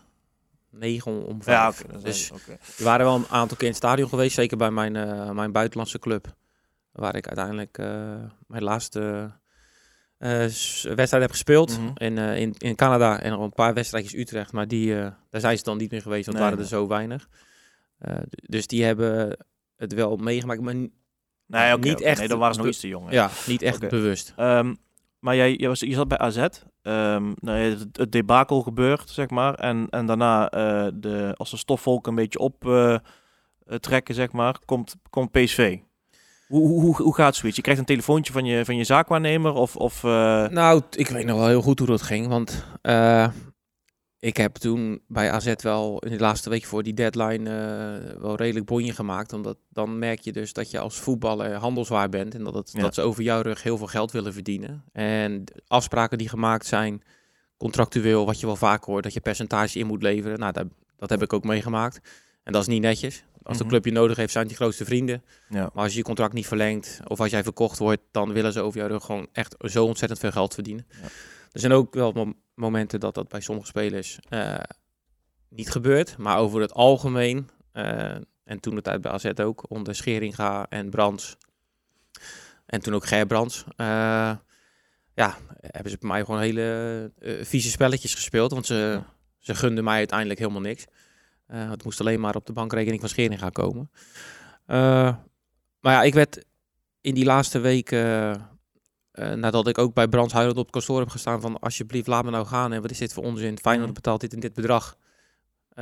negen om vijf. Ja, okay, dus okay. We waren wel een aantal keer in het stadion geweest. Zeker bij mijn, uh, mijn buitenlandse club. Waar ik uiteindelijk uh, mijn laatste uh, wedstrijd heb gespeeld Mm-hmm. in, uh, in, in Canada en nog een paar wedstrijdjes Utrecht. Maar die, uh, daar zijn ze dan niet meer geweest, want nee, waren er nee. zo weinig. Uh, dus die hebben het wel meegemaakt, maar n- nee, okay, niet okay. echt... Nee, dan waren ze nog iets te jong. Hè? Ja, niet echt okay. bewust. Um, maar jij, je, was, je zat bij A Z. Um, nou, het, het debakel gebeurt, zeg maar. En, en daarna, uh, de, als de stofwolk een beetje op uh, trekken, zeg maar, komt, komt P S V. Hoe, hoe, hoe gaat zoiets? Je krijgt een telefoontje van je, van je zaakwaarnemer? Of, of, uh... Nou, ik weet nog wel heel goed hoe dat ging. Want uh, ik heb toen bij A Z wel in de laatste week voor die deadline uh, wel redelijk bonje gemaakt. Omdat dan merk je dus dat je als voetballer handelswaar bent. En dat, het, ja. dat ze over jouw rug heel veel geld willen verdienen. En afspraken die gemaakt zijn, contractueel, wat je wel vaak hoort, dat je percentage in moet leveren. Nou, dat, dat heb ik ook meegemaakt. En dat is niet netjes. Als de club je nodig heeft, zijn het je grootste vrienden. Ja. Maar als je je contract niet verlengt of als jij verkocht wordt, dan willen ze over jou rug gewoon echt zo ontzettend veel geld verdienen. Ja. Er zijn ook wel mom- momenten dat dat bij sommige spelers uh, niet gebeurt. Maar over het algemeen, uh, en toen de tijd bij A Z ook, onder Scheringa en Brands. En toen ook Gerbrands. Uh, ja, hebben ze bij mij gewoon hele uh, vieze spelletjes gespeeld. Want ze, ja. ze gunden mij uiteindelijk helemaal niks. Uh, het moest alleen maar op de bankrekening van Schering gaan komen. Uh, maar ja, ik werd in die laatste weken, uh, uh, nadat ik ook bij Brands huilend op het kantoor heb gestaan van alsjeblieft, laat me nou gaan. En wat is dit voor onzin? Feyenoord betaalt dit en dit bedrag. Uh,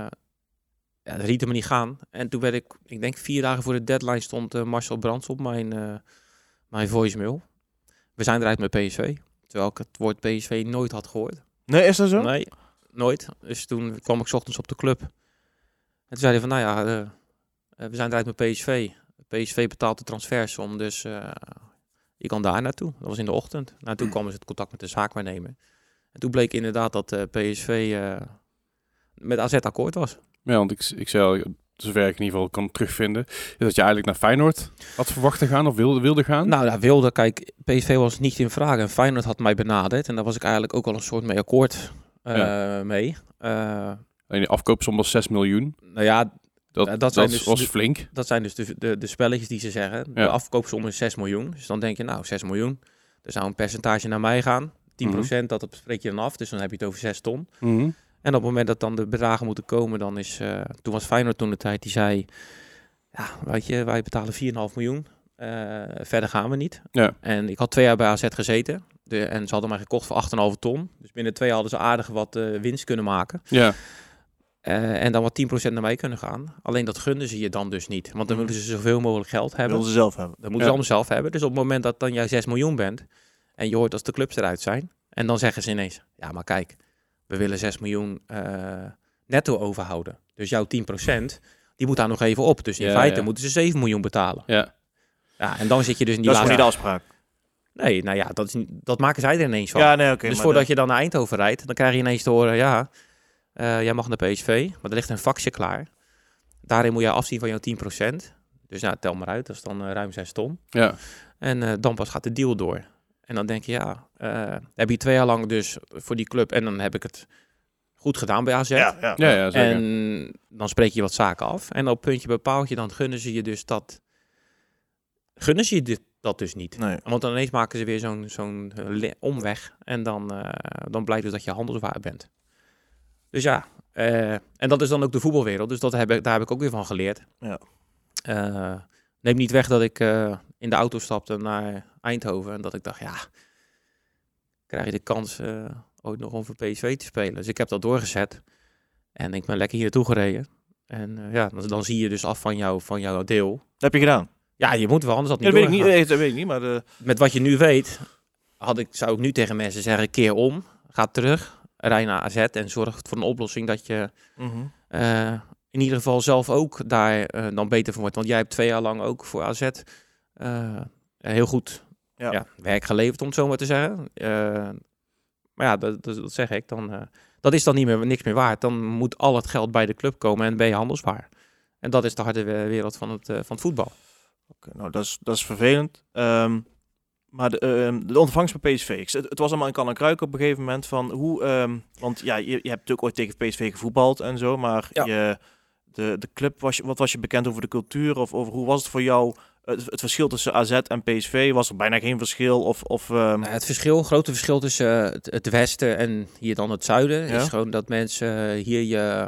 ja, dat liet me niet gaan. En toen werd ik, ik denk vier dagen voor de deadline stond uh, Marcel Brands op mijn, uh, mijn voicemail. We zijn eruit met P S V. Terwijl ik het woord P S V nooit had gehoord. Nee, is dat zo? Nee. Nooit. Dus toen kwam ik 's ochtends op de club. En toen zei hij van, nou ja, uh, we zijn eruit met P S V. P S V betaalt de transfersom, dus uh, je kan daar naartoe. Dat was in de ochtend. Nou, toen kwam ze het contact met de zaakwaarnemer. En toen bleek inderdaad dat uh, P S V uh, met A Z akkoord was. Ja, want ik, ik zei al, zover ik in ieder geval kan terugvinden, is dat je eigenlijk naar Feyenoord had verwacht te gaan of wilde, wilde gaan? Nou, ja, wilde. Kijk, P S V was niet in vraag en Feyenoord had mij benaderd. En daar was ik eigenlijk ook al een soort mee akkoord uh, ja. mee. Uh, en de afkoopsom was zes miljoen. Nou ja, dat, dat, dat zijn was, dus was de, flink. Dat zijn dus de, de, de spelletjes die ze zeggen. Ja. De afkoopsom is zes miljoen. Dus dan denk je, nou, zes miljoen. Er zou een percentage naar mij gaan. tien procent, mm-hmm. dat spreek je dan af. Dus dan heb je het over zes ton. Mm-hmm. En op het moment dat dan de bedragen moeten komen, dan is... Uh, toen was Feyenoord toen de tijd, die zei... Ja, weet je, wij betalen vier komma vijf miljoen. Uh, verder gaan we niet. Ja. En ik had twee jaar bij A Z gezeten. De, en ze hadden mij gekocht voor acht komma vijf ton. Dus binnen twee jaar hadden ze aardig wat uh, winst kunnen maken. Ja. Uh, en dan wat tien procent naar mij kunnen gaan. Alleen dat gunden ze je dan dus niet. Want dan willen ze zoveel mogelijk geld hebben. Dat willen ze zelf hebben. Dat moeten ja. ze allemaal zelf hebben. Dus op het moment dat dan jij zes miljoen bent... en je hoort als de clubs eruit zijn... en dan zeggen ze ineens... ja, maar kijk, we willen zes miljoen uh, netto overhouden. Dus jouw tien procent, die moet daar nog even op. Dus in ja, feite ja. moeten ze zeven miljoen betalen. Ja. Ja, en dan zit je dus in die dat laatste... Dat is niet de afspraak. Nee, nou ja, dat, is niet, dat maken zij er ineens van. Ja, nee, okay, dus voordat de... je dan naar Eindhoven rijdt, dan krijg je ineens te horen... ja, uh, jij mag naar P S V, maar er ligt een faxje klaar. Daarin moet je afzien van jouw tien procent. Dus nou, tel maar uit, dat is dan uh, ruim zes ton. Ja. En uh, dan pas gaat de deal door. En dan denk je, ja, uh, heb je twee jaar lang dus voor die club... en dan heb ik het goed gedaan bij A Z. Ja, ja. ja, ja zeker. En dan spreek je wat zaken af. En op puntje bepaald je, dan gunnen ze je dus dat... Gunnen ze je dit, dat dus niet. Nee. Want dan ineens maken ze weer zo'n, zo'n le- omweg. En dan, uh, dan blijkt dus dat je handelswaar bent. Dus ja, uh, en dat is dan ook de voetbalwereld. Dus dat heb ik, daar heb ik ook weer van geleerd. Ja. Uh, neem niet weg dat ik uh, in de auto stapte naar Eindhoven. En dat ik dacht, ja, krijg je de kans uh, ooit nog om voor P S V te spelen. Dus ik heb dat doorgezet. En ik ben lekker hier naartoe gereden. En uh, ja, dan, dan zie je dus af van, jou, van jouw deel. Dat heb je gedaan? Ja, je moet wel, anders had niet ja, dat, weet ik niet, dat weet ik niet, maar... De... Met wat je nu weet, had ik, zou ik nu tegen mensen zeggen, keer om, ga terug, rij naar A Z en zorg voor een oplossing dat je mm-hmm. uh, in ieder geval zelf ook daar uh, dan beter van wordt. Want jij hebt twee jaar lang ook voor A Z uh, heel goed ja. Ja, werk geleverd, om het zo maar te zeggen. Uh, maar ja, dat, dat, dat zeg ik, dan, uh, dat is dan niet meer, niks meer waard. Dan moet al het geld bij de club komen en ben je handelswaar. En dat is de harde wereld van het, uh, van het voetbal. Okay, nou, dat is, dat is vervelend. Um, maar de, uh, de ontvangst bij P S V. Het, het was allemaal in kan en kruik op een gegeven moment van hoe... Um, want ja, je, je hebt natuurlijk ooit tegen P S V gevoetbald en zo, maar ja. je, de, de club, was je, wat was je bekend over de cultuur? Of over hoe was het voor jou het, het verschil tussen A Z en P S V? Was er bijna geen verschil? Of, of, um... nou, het verschil, het grote verschil tussen uh, het, het westen en hier dan het zuiden... Ja? is gewoon dat mensen uh, hier je,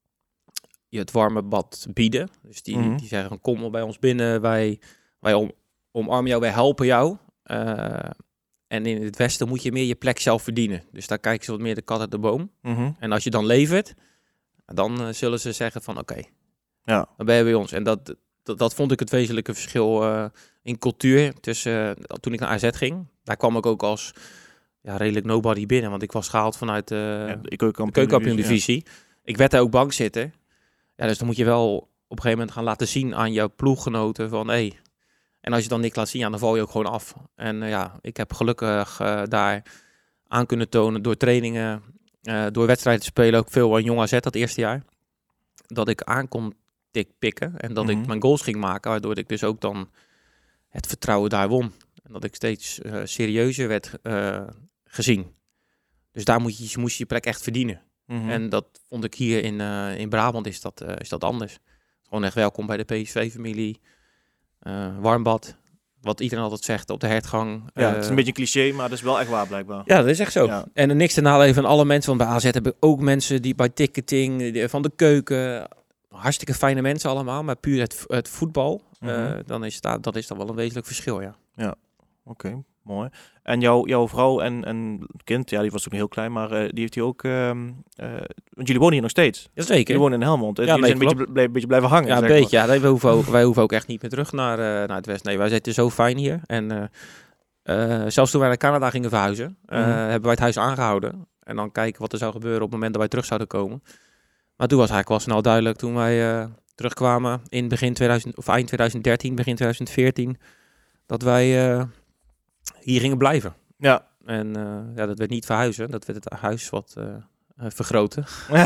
je het warme bad bieden. Dus die, mm-hmm. die zeggen, kom maar bij ons binnen, wij, wij om, omarmen jou, wij helpen jou... Uh, En in het westen moet je meer je plek zelf verdienen. Dus daar kijken ze wat meer de kat uit de boom. Mm-hmm. En als je dan levert, dan uh, zullen ze zeggen van oké, okay, ja. dan ben je bij ons. En dat, dat, dat vond ik het wezenlijke verschil uh, in cultuur tussen uh, toen ik naar A Z ging. Daar kwam ik ook als ja, redelijk nobody binnen. Want ik was gehaald vanuit uh, ja, de keukenkampioen-divisie. Ja. Ik werd daar ook bankzitter. Ja, dus dan moet je wel op een gegeven moment gaan laten zien aan jouw ploeggenoten van hé... Hey, en als je dan niks laat zien, ja, dan val je ook gewoon af. En uh, ja, ik heb gelukkig uh, daar aan kunnen tonen door trainingen, uh, door wedstrijden te spelen, ook veel aan Jong A Z dat eerste jaar, dat ik aan kon tikpikken en dat mm-hmm. ik mijn goals ging maken, waardoor ik dus ook dan het vertrouwen daar won. En dat ik steeds uh, serieuzer werd uh, gezien. Dus daar moet je, moest je je plek echt verdienen. Mm-hmm. En dat vond ik hier in, uh, in Brabant is dat, uh, is dat anders. Gewoon echt welkom bij de P S V-familie. Uh, warm bad, wat iedereen altijd zegt op de hertgang. Ja, uh, het is een beetje een cliché, maar dat is wel echt waar blijkbaar. Ja, dat is echt zo. Ja. En er niks te nadelen van alle mensen, want bij A Z hebben ook mensen die bij ticketing, die, van de keuken, hartstikke fijne mensen allemaal, maar puur het, het voetbal, mm-hmm. uh, dan is dat, dat is dan wel een wezenlijk verschil, ja. Ja, oké, okay, mooi. En jouw, jouw vrouw en, en kind, ja, die was ook heel klein, maar uh, die heeft hij ook... Um, uh, want jullie wonen hier nog steeds. Jazeker. Jullie wonen in Helmond. Ja, jullie nee, zijn een beetje, blij, beetje blijven hangen. Ja, een zeg beetje. Maar. Ja, wij hoeven, ook, wij hoeven ook echt niet meer terug naar, uh, naar het West. Nee, wij zitten zo fijn hier. En uh, uh, zelfs toen wij naar Canada gingen verhuizen, uh, mm-hmm. hebben wij het huis aangehouden. En dan kijken wat er zou gebeuren op het moment dat wij terug zouden komen. Maar toen was eigenlijk wel snel duidelijk, toen wij uh, terugkwamen in begin tweeduizend, of eind twintig dertien, begin twintig veertien, dat wij uh, hier gingen blijven. Ja. En uh, ja, dat werd niet verhuizen. Dat werd het huis wat uh, uh, vergroten.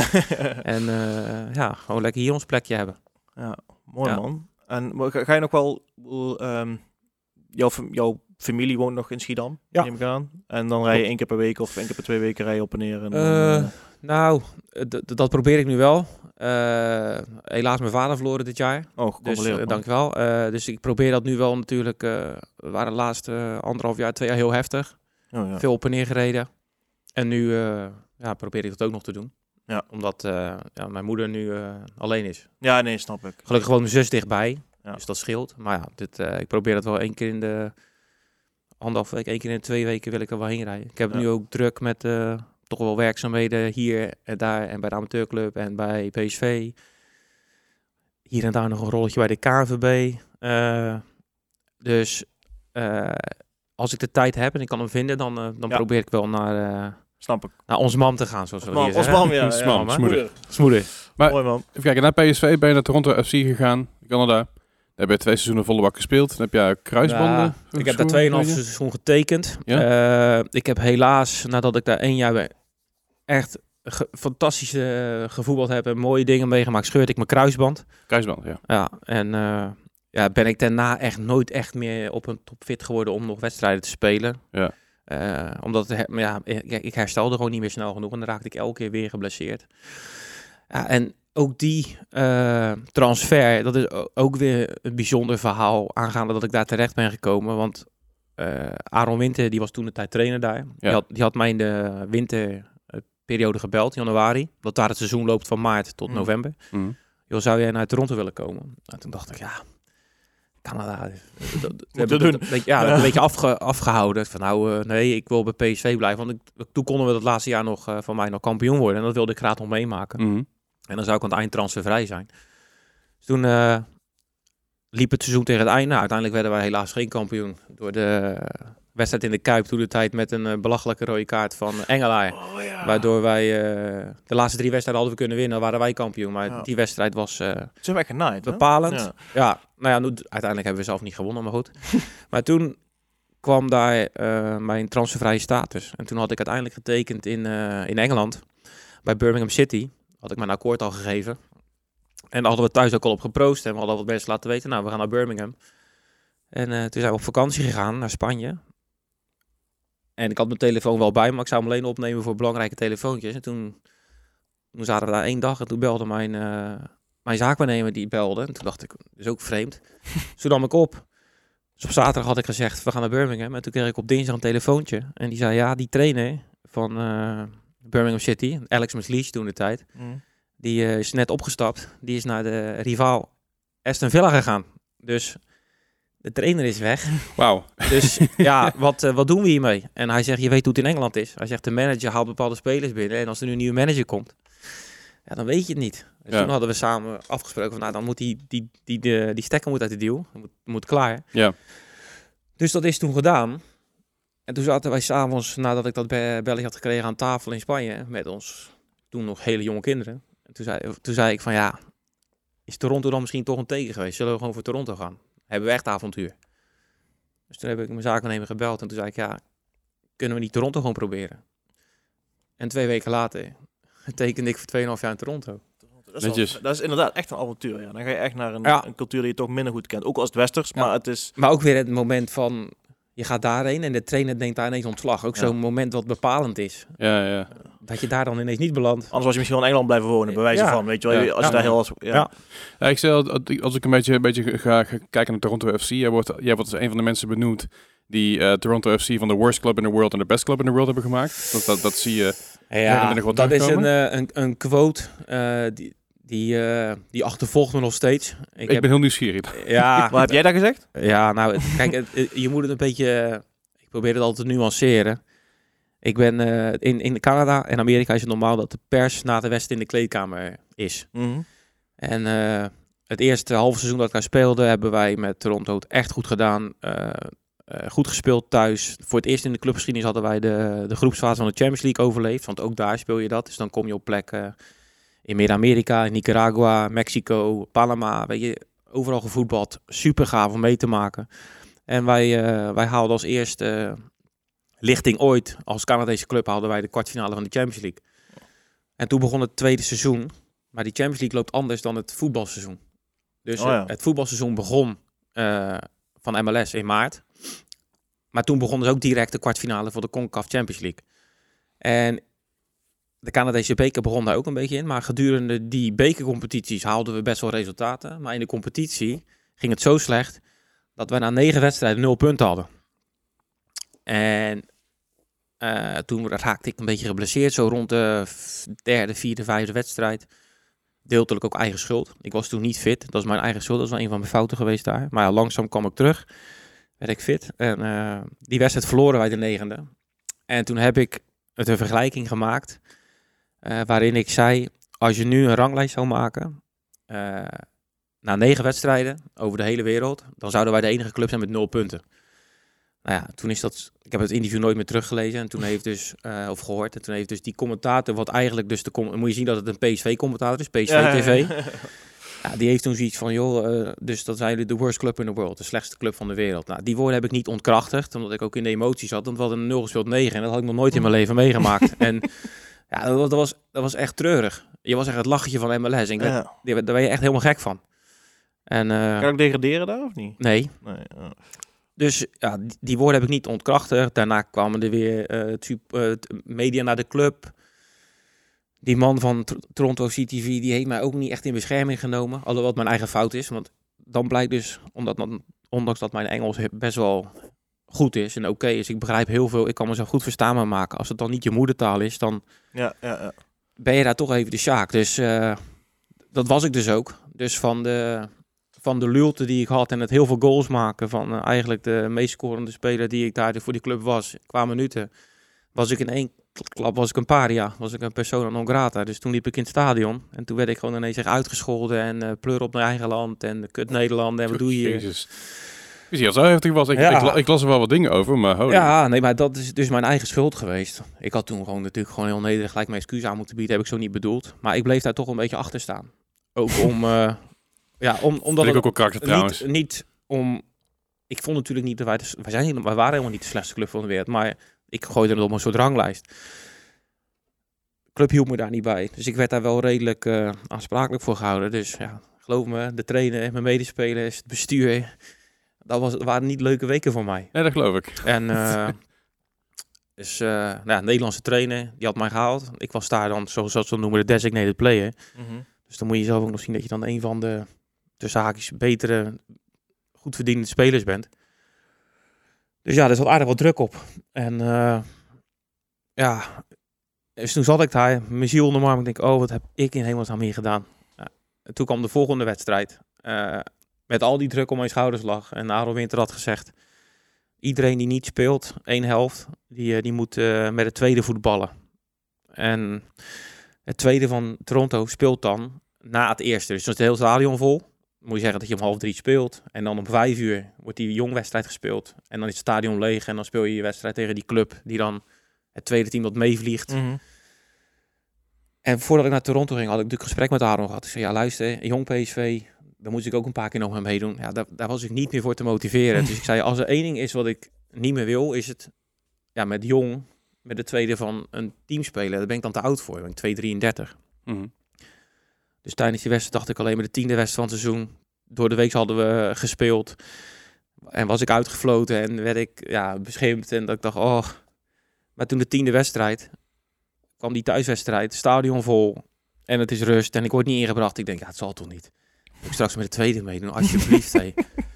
en uh, ja, gewoon lekker hier ons plekje hebben. Ja, mooi ja. man. En ga je nog wel... Um, jouw, jouw familie woont nog in Schiedam, ja. neem ik aan. En dan rij je één keer per week of één keer per twee weken rij je op en neer. En, uh, uh, nou, d- d- dat probeer ik nu wel. Uh, helaas mijn vader verloren dit jaar. Oh, dus uh, dankjewel. Uh, dus ik probeer dat nu wel natuurlijk. Uh, we waren de laatste uh, anderhalf jaar, twee jaar heel heftig. Oh, ja. Veel op en neer gereden. En nu uh, ja, probeer ik dat ook nog te doen. Ja. Omdat uh, ja, mijn moeder nu uh, alleen is. Ja, nee, snap ik. Gelukkig gewoon mijn zus dichtbij. Ja. Dus dat scheelt. Maar ja, dit, uh, ik probeer dat wel één keer in de anderhalf week, één keer in de twee weken wil ik er wel heen rijden. Ik heb ja. nu ook druk met uh, toch wel werkzaamheden hier en daar en bij de amateurclub en bij P S V. Hier en daar nog een rolletje bij de K N V B. Uh, dus uh, als ik de tijd heb en ik kan hem vinden, dan, uh, dan ja. probeer ik wel naar... Uh, Snap ik. Naar ons mam te gaan, zoals we hier zeggen. Ons mam, ja. Ons mam, ja, smoeder. Smoeder. Maar mooi, man. Even kijken, naar P S V ben je naar Toronto F C gegaan, Canada. Daar heb je twee seizoenen volle bak gespeeld. Dan heb je kruisbanden. Ja, ik heb daar tweeënhalf seizoen getekend. Ja? Uh, ik heb helaas, nadat ik daar één jaar ben, echt ge- fantastische uh, gevoetbald heb en mooie dingen meegemaakt, scheurde ik mijn kruisband. Kruisband, ja. Ja, en uh, ja, ben ik daarna echt nooit echt meer op een topfit geworden om nog wedstrijden te spelen. Ja. Uh, omdat het, ja, ik, ik herstelde gewoon niet meer snel genoeg en dan raakte ik elke keer weer geblesseerd. Ja, en ook die uh, transfer, dat is ook weer een bijzonder verhaal aangaande dat ik daar terecht ben gekomen. Want uh, Aaron Winter, die was toen de tijd trainer daar. Ja. Die, had, die had mij in de winterperiode gebeld, januari. Dat daar het seizoen loopt van maart tot mm. november. Mm. Joh, zou jij naar Toronto willen komen? Nou, toen dacht ik, ja... Canada, dat, dat, dat, doen. Dat, ja, dat een beetje afge, afgehouden. Van nou, uh, nee, ik wil bij P S V blijven. Want ik, toen konden we dat laatste jaar nog uh, van mij nog kampioen worden. En dat wilde ik graag nog meemaken. Mm-hmm. En dan zou ik aan het eind transfervrij zijn. Dus toen uh, liep het seizoen tegen het einde. Nou, uiteindelijk werden wij helaas geen kampioen. Door de uh, wedstrijd in de Kuip toen de tijd met een uh, belachelijke rode kaart van Engelaar. Oh, ja. Waardoor wij uh, de laatste drie wedstrijden hadden we kunnen winnen. Dan waren wij kampioen. Maar ja. die wedstrijd was uh, Ze hebben genaaid, bepalend. Ja. ja, nou ja, nu, uiteindelijk hebben we zelf niet gewonnen, maar goed. Maar toen kwam daar uh, mijn transfervrije status. En toen had ik uiteindelijk getekend in, uh, in Engeland. Bij Birmingham City. Had ik mijn akkoord al gegeven. En daar hadden we thuis ook al op geproost. En we hadden wat mensen laten weten. Nou, we gaan naar Birmingham. En uh, toen zijn we op vakantie gegaan naar Spanje. En ik had mijn telefoon wel bij, maar ik zou hem alleen opnemen voor belangrijke telefoontjes. En toen, toen zaten we daar één dag en toen belde mijn, uh, mijn zaakwaarnemer die belde. En toen dacht ik, dat is ook vreemd. Dus toen nam ik op. Dus op zaterdag had ik gezegd, we gaan naar Birmingham. En toen kreeg ik op dinsdag een telefoontje. En die zei, ja, die trainer van uh, Birmingham City, Alex McLeish toen de tijd, mm. die uh, is net opgestapt. Die is naar de rivaal Aston Villa gegaan. Dus de trainer is weg. Wauw. Dus ja, wat, uh, wat doen we hiermee? En hij zegt, je weet hoe het in Engeland is. Hij zegt, de manager haalt bepaalde spelers binnen. En als er nu een nieuwe manager komt, ja, dan weet je het niet. Dus ja. Toen hadden we samen afgesproken van, nou, dan moet die, die, die, die, die stekker moet uit de deal. Moet, moet klaar. Ja. Dus dat is toen gedaan. En toen zaten wij s'avonds, nadat ik dat be- belletje had gekregen, aan tafel in Spanje. Met ons toen nog hele jonge kinderen. En toen zei, toen zei ik van, ja, is Toronto dan misschien toch een teken geweest? Zullen we gewoon voor Toronto gaan? Hebben we echt avontuur? Dus toen heb ik mijn zaakwaarnemer gebeld. En toen zei ik, ja, kunnen we niet Toronto gewoon proberen? En twee weken later tekende ik voor twee komma vijf jaar in Toronto. Dat is, wel, dat is inderdaad echt een avontuur. Ja. Dan ga je echt naar een, ja. een cultuur die je toch minder goed kent. Ook als het Westers, ja. maar het is... Maar ook weer het moment van, je gaat daarheen en de trainer neemt daar ineens ontslag. Ook ja. zo'n moment wat bepalend is. Ja, ja. Dat je daar dan ineens niet belandt. Anders was je misschien wel in Engeland blijven wonen, bij wijze ja. van. Weet je wel, ja. als je ja. daar heel... Als, ja. Ja. Ja, ik stel, als ik een beetje, een beetje ga, ga kijken naar Toronto F C, jij wordt, jij wordt als een van de mensen benoemd die uh, Toronto F C van de worst club in the world en de best club in the world hebben gemaakt. Dat, dat, dat zie je... Ja, dat is een, uh, een, een quote uh, die... Die, uh, die achtervolgt me nog steeds. Ik, ik heb, ben heel nieuwsgierig. Ja. Wat heb jij daar gezegd? Ja, nou, het, kijk, het, het, je moet het een beetje... Uh, ik probeer het altijd te nuanceren. Ik ben uh, in, in Canada en Amerika is het normaal dat de pers na de wedstrijd in de kleedkamer is. Mm-hmm. En uh, het eerste halve seizoen dat ik daar speelde, hebben wij met Toronto het echt goed gedaan. Uh, uh, goed gespeeld thuis. Voor het eerst in de clubgeschiedenis hadden wij de, de groepsfase van de Champions League overleefd. Want ook daar speel je dat. Dus dan kom je op plek... Uh, in Midden-Amerika, in Nicaragua, Mexico, Panama, weet je, overal gevoetbald. Super gaaf om mee te maken. En wij, uh, wij haalden als eerste uh, lichting ooit, als Canadese club, haalden wij de kwartfinale van de Champions League. En toen begon het tweede seizoen. Maar die Champions League loopt anders dan het voetbalseizoen. Dus oh ja. uh, het voetbalseizoen begon uh, van M L S in maart. Maar toen begon dus ook direct de kwartfinale voor de CONCACAF Champions League. En de Canadese beker begon daar ook een beetje in. Maar gedurende die bekercompetities haalden we best wel resultaten. Maar in de competitie ging het zo slecht dat we na negen wedstrijden nul punten hadden. En uh, toen raakte ik een beetje geblesseerd. Zo rond de derde, vierde, vijfde wedstrijd. Deeltelijk ook eigen schuld. Ik was toen niet fit. Dat is mijn eigen schuld. Dat is wel een van mijn fouten geweest daar. Maar ja, langzaam kwam ik terug. Werd ik fit. En uh, die wedstrijd verloren wij de negende. En toen heb ik het een vergelijking gemaakt... Uh, waarin ik zei, als je nu een ranglijst zou maken, uh, na negen wedstrijden over de hele wereld, dan zouden wij de enige club zijn met nul punten. Nou ja, toen is dat, ik heb het interview nooit meer teruggelezen en toen heeft dus, uh, of gehoord, en toen heeft dus die commentator, wat eigenlijk dus de, moet je zien dat het een P S V-commentator is, P S V T V. Ja, ja, die heeft toen zoiets van, joh, uh, dus dat zijn jullie de worst club in the world, de slechtste club van de wereld. Nou, die woorden heb ik niet ontkrachtigd, omdat ik ook in de emoties zat, want we hadden een nul gespeeld negen en dat had ik nog nooit in mijn leven meegemaakt. En ja, dat was, dat, was, dat was echt treurig. Je was echt het lachetje van M L S. En ik werd, ja. Daar ben je echt helemaal gek van. En, uh, kan ik degraderen daar of niet? Nee. nee uh. Dus ja, die, die woorden heb ik niet ontkrachtigd. Daarna kwamen er weer uh, type, uh, media naar de club. Die man van T- Toronto C T V, die heeft mij ook niet echt in bescherming genomen. Alhoewel het mijn eigen fout is. Want dan blijkt dus, omdat, ondanks dat mijn Engels best wel... goed is en oké okay is. Ik begrijp heel veel. Ik kan mezelf goed verstaanbaar maken. Als het dan niet je moedertaal is, dan ja, ja, ja. ben je daar toch even de sjaak. Dus uh, dat was ik dus ook. Dus van de, van de lulte die ik had en het heel veel goals maken van uh, eigenlijk de meest scorende speler die ik daar voor die club was, qua minuten, was ik in één klap was ik een paria. Was ik een persona non grata. Dus toen liep ik in het stadion en toen werd ik gewoon ineens echt uitgescholden en uh, pleur op mijn eigen land en kut Nederland en wat doe je hier? Jezus. Dus ja, zo heftig was. Ik, ja. ik, ik las er wel wat dingen over, maar... Holy. Ja, nee, maar dat is dus mijn eigen schuld geweest. Ik had toen gewoon natuurlijk gewoon heel nederig gelijk mijn excuus aan moeten bieden. Heb ik zo niet bedoeld. Maar ik bleef daar toch een beetje achter staan. Ook om... Uh, ja, om, omdat ik ook wel karakter trouwens. Niet, niet om... Ik vond natuurlijk niet dat wij... De, wij, zijn, wij waren helemaal niet de slechtste club van de wereld. Maar ik gooide het op een soort ranglijst. De club hielp me daar niet bij. Dus ik werd daar wel redelijk uh, aansprakelijk voor gehouden. Dus ja, geloof me, de trainer, mijn medespelers, het bestuur... Dat, was, dat waren niet leuke weken voor mij. Nee, dat geloof ik. En uh, dus, uh, nou ja, een Nederlandse trainer, die had mij gehaald. Ik was daar dan, zoals ze noemen, de designated player. Mm-hmm. Dus dan moet je zelf ook nog zien dat je dan een van de, tussen haakjes, betere, goed verdienende spelers bent. Dus ja, er zat aardig wat druk op. En uh, ja, dus toen zat ik daar, mijn ziel onder mijn arm. Ik denk, oh, wat heb ik in hemelsnaam hier gedaan? Ja. En toen kwam de volgende wedstrijd. Uh, met al die druk om mijn schouders lag. En Aaron Winter had gezegd, iedereen die niet speelt, één helft, die, die moet uh, met het tweede voetballen. En het tweede van Toronto speelt dan na het eerste. Dus dan is het hele stadion vol. Moet je zeggen dat je om half drie speelt. En dan om vijf uur wordt die jongwedstrijd gespeeld. En dan is het stadion leeg. En dan speel je je wedstrijd tegen die club die dan het tweede team dat meevliegt. Mm-hmm. En voordat ik naar Toronto ging, had ik natuurlijk gesprek met Aaron gehad. Ik zei, ja luister, jong P S V, daar moest ik ook een paar keer nog mee meedoen. Ja, daar, daar was ik niet meer voor te motiveren. Dus ik zei, als er één ding is wat ik niet meer wil, is het ja, met jong, met de tweede van een team spelen. Daar ben ik dan te oud voor. Ik ben twee drieëndertig. Mm-hmm. Dus tijdens die wedstrijd dacht ik alleen maar de tiende wedstrijd van het seizoen. Door de week hadden we gespeeld. En was ik uitgefloten en werd ik ja, beschimpt. En dat ik dacht, oh. Maar toen de tiende wedstrijd kwam die thuiswedstrijd, stadion vol. En het is rust en ik word niet ingebracht. Ik denk, ja, het zal toch niet. Ik straks met de tweede meedoen, alsjeblieft. Hey.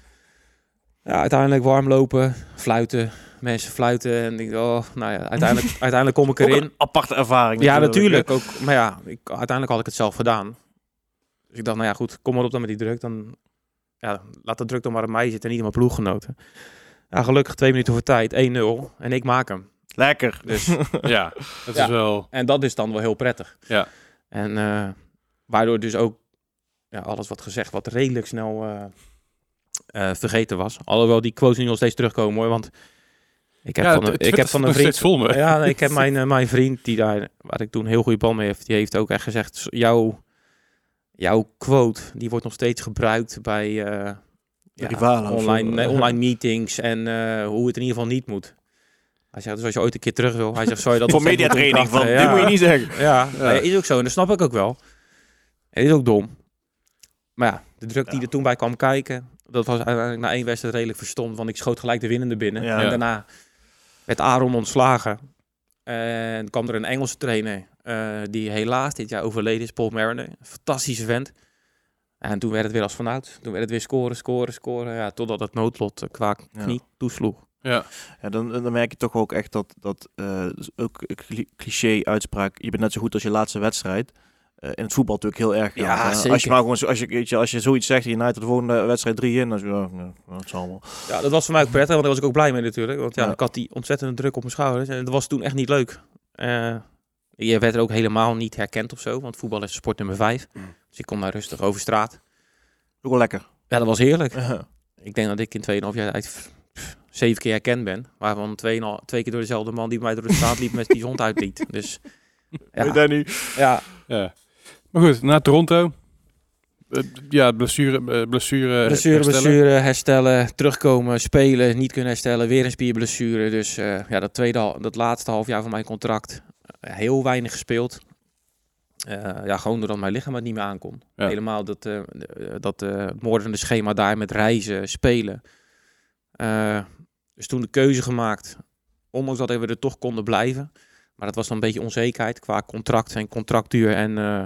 Ja, uiteindelijk warm lopen, fluiten. Mensen fluiten en ik oh, nou ja, uiteindelijk, uiteindelijk kom ik erin. Ook een aparte ervaring. Ja, natuurlijk. Ook, maar ja, ik, uiteindelijk had ik het zelf gedaan. Dus ik dacht, nou ja, goed, kom maar op dan met die druk. Dan, ja, laat de druk dan maar op mij zitten en niet in mijn ploeggenoten. Ja, gelukkig twee minuten voor tijd, één nul. En ik maak hem. Lekker. Dus ja, dat ja, is wel... En dat is dan wel heel prettig. Ja. En uh, waardoor dus ook ja, alles wat gezegd, wat redelijk snel uh, uh, vergeten was. Alhoewel die quotes nu nog steeds terugkomen hoor, want... Ik heb, ja, van een, ik heb van een vriend. Vol me. Ja, ik heb mijn, uh, mijn vriend die daar, waar ik toen een heel goede bal mee heeft, die heeft ook echt gezegd: jouw, jouw quote, die wordt nog steeds gebruikt bij uh, ja, rivalen, online, nee, online meetings en uh, hoe het in ieder geval niet moet. Hij zegt dus als je ooit een keer terug wil, hij zegt sorry dat voor mediatraining van, ja, dit moet je niet zeggen. Ja, ja. Nee, is ook zo en dat snap ik ook wel. Het is ook dom. Maar ja, de druk die ja. er toen bij kwam kijken, dat was uiteindelijk na één wedstrijd redelijk verstomd, want ik schoot gelijk de winnende binnen ja. en daarna werd Aaron ontslagen. En kwam er een Engelse trainer uh, die helaas dit jaar overleden is, Paul Mariner. Een fantastische vent. En toen werd het weer als vanouds. Toen werd het weer scoren, scoren, scoren. Ja, totdat het noodlot uh, qua knie ja. toesloeg. Ja, ja dan, dan merk je toch ook echt dat, dat uh, ook cliché-uitspraak. Je bent net zo goed als je laatste wedstrijd. Uh, in het voetbal natuurlijk heel erg. Ja, uh, zeker. Als je maar gewoon, als je, weet je, als je zoiets zegt, je naait de volgende wedstrijd drie in, dan is je, oh, nou, dat zal wel. Ja, dat was voor mij ook prettig, want daar was ik ook blij mee natuurlijk. Want ja, ja. ik had die ontzettende druk op mijn schouders en dat was toen echt niet leuk. Uh, je werd er ook helemaal niet herkend of zo, want voetbal is sport nummer vijf. Mm. Dus ik kon daar rustig over straat. Ook wel lekker. Ja, dat was heerlijk. Uh-huh. Ik denk dat ik in twee en een half jaar uit zeven keer herkend ben, waarvan twee, al, twee keer door dezelfde man die bij mij door de straat liep met die zond uitliet. Dus ja. Weet jij nu? Ja. ja. Maar goed, naar Toronto. Uh, ja, blessure, uh, blessure, blessure, herstellen. blessure, herstellen, terugkomen, spelen, niet kunnen herstellen, weer een spierblessure. Dus uh, ja, dat tweede, dat laatste half jaar van mijn contract, uh, heel weinig gespeeld. Uh, ja, gewoon doordat mijn lichaam het niet meer aankon. Ja. Helemaal dat, uh, dat uh, moordende schema daar met reizen, spelen. Uh, dus toen de keuze gemaakt, ondanks dat we er toch konden blijven. Maar dat was dan een beetje onzekerheid qua contract en contractduur en uh,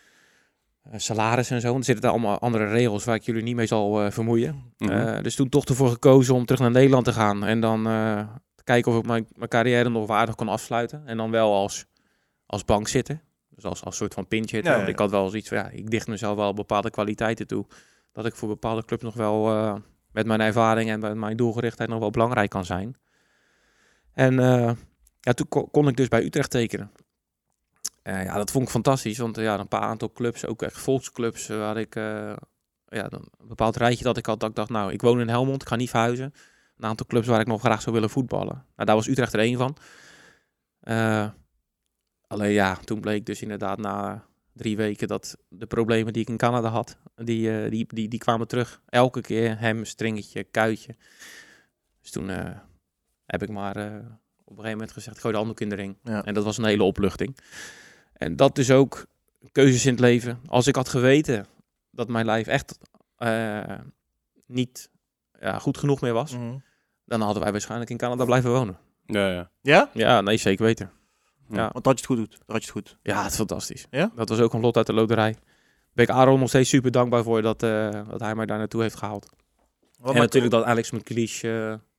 salaris en zo. Er zitten daar allemaal andere regels waar ik jullie niet mee zal uh, vermoeien. Mm-hmm. Uh, dus toen toch ervoor gekozen om terug naar Nederland te gaan. En dan uh, te kijken of ik mijn, mijn carrière nog waardig kon afsluiten. En dan wel als, als bankzitter. Dus als, als soort van pinchhitter. Ja, ja, ja. Want ik had wel zoiets van, ja, ik dicht mezelf wel bepaalde kwaliteiten toe. Dat ik voor bepaalde clubs nog wel uh, met mijn ervaring en met mijn doelgerichtheid nog wel belangrijk kan zijn. En... Uh, Ja, toen kon, kon ik dus bij Utrecht tekenen. Uh, ja, dat vond ik fantastisch, want uh, ja, een paar aantal clubs, ook echt volksclubs, uh, waar ik uh, ja, een bepaald rijtje dat ik had, dat ik dacht, nou, ik woon in Helmond, ik ga niet verhuizen. Een aantal clubs waar ik nog graag zou willen voetballen. Nou, daar was Utrecht er één van. Uh, alleen ja, toen bleek dus inderdaad na drie weken dat de problemen die ik in Canada had, die, uh, die, die, die kwamen terug. Elke keer hem, stringetje, kuitje. Dus toen uh, heb ik maar... Uh, op een gegeven moment gezegd, gooi de handdoek in de ring. Ja. En dat was een hele opluchting. En dat is ook keuzes in het leven. Als ik had geweten dat mijn lijf echt uh, niet ja, goed genoeg meer was, mm-hmm. dan hadden wij waarschijnlijk in Canada blijven wonen. Ja, ja. Ja? Ja, nee, zeker weten. Ja. Ja. Want dat je het goed doet. Dat je het goed. Ja, het is fantastisch. Ja? Dat was ook een lot uit de loterij. Ben ik Aaron nog steeds super dankbaar voor dat, uh, dat hij mij daar naartoe heeft gehaald. Wat en natuurlijk dat Alex McLeish... Uh,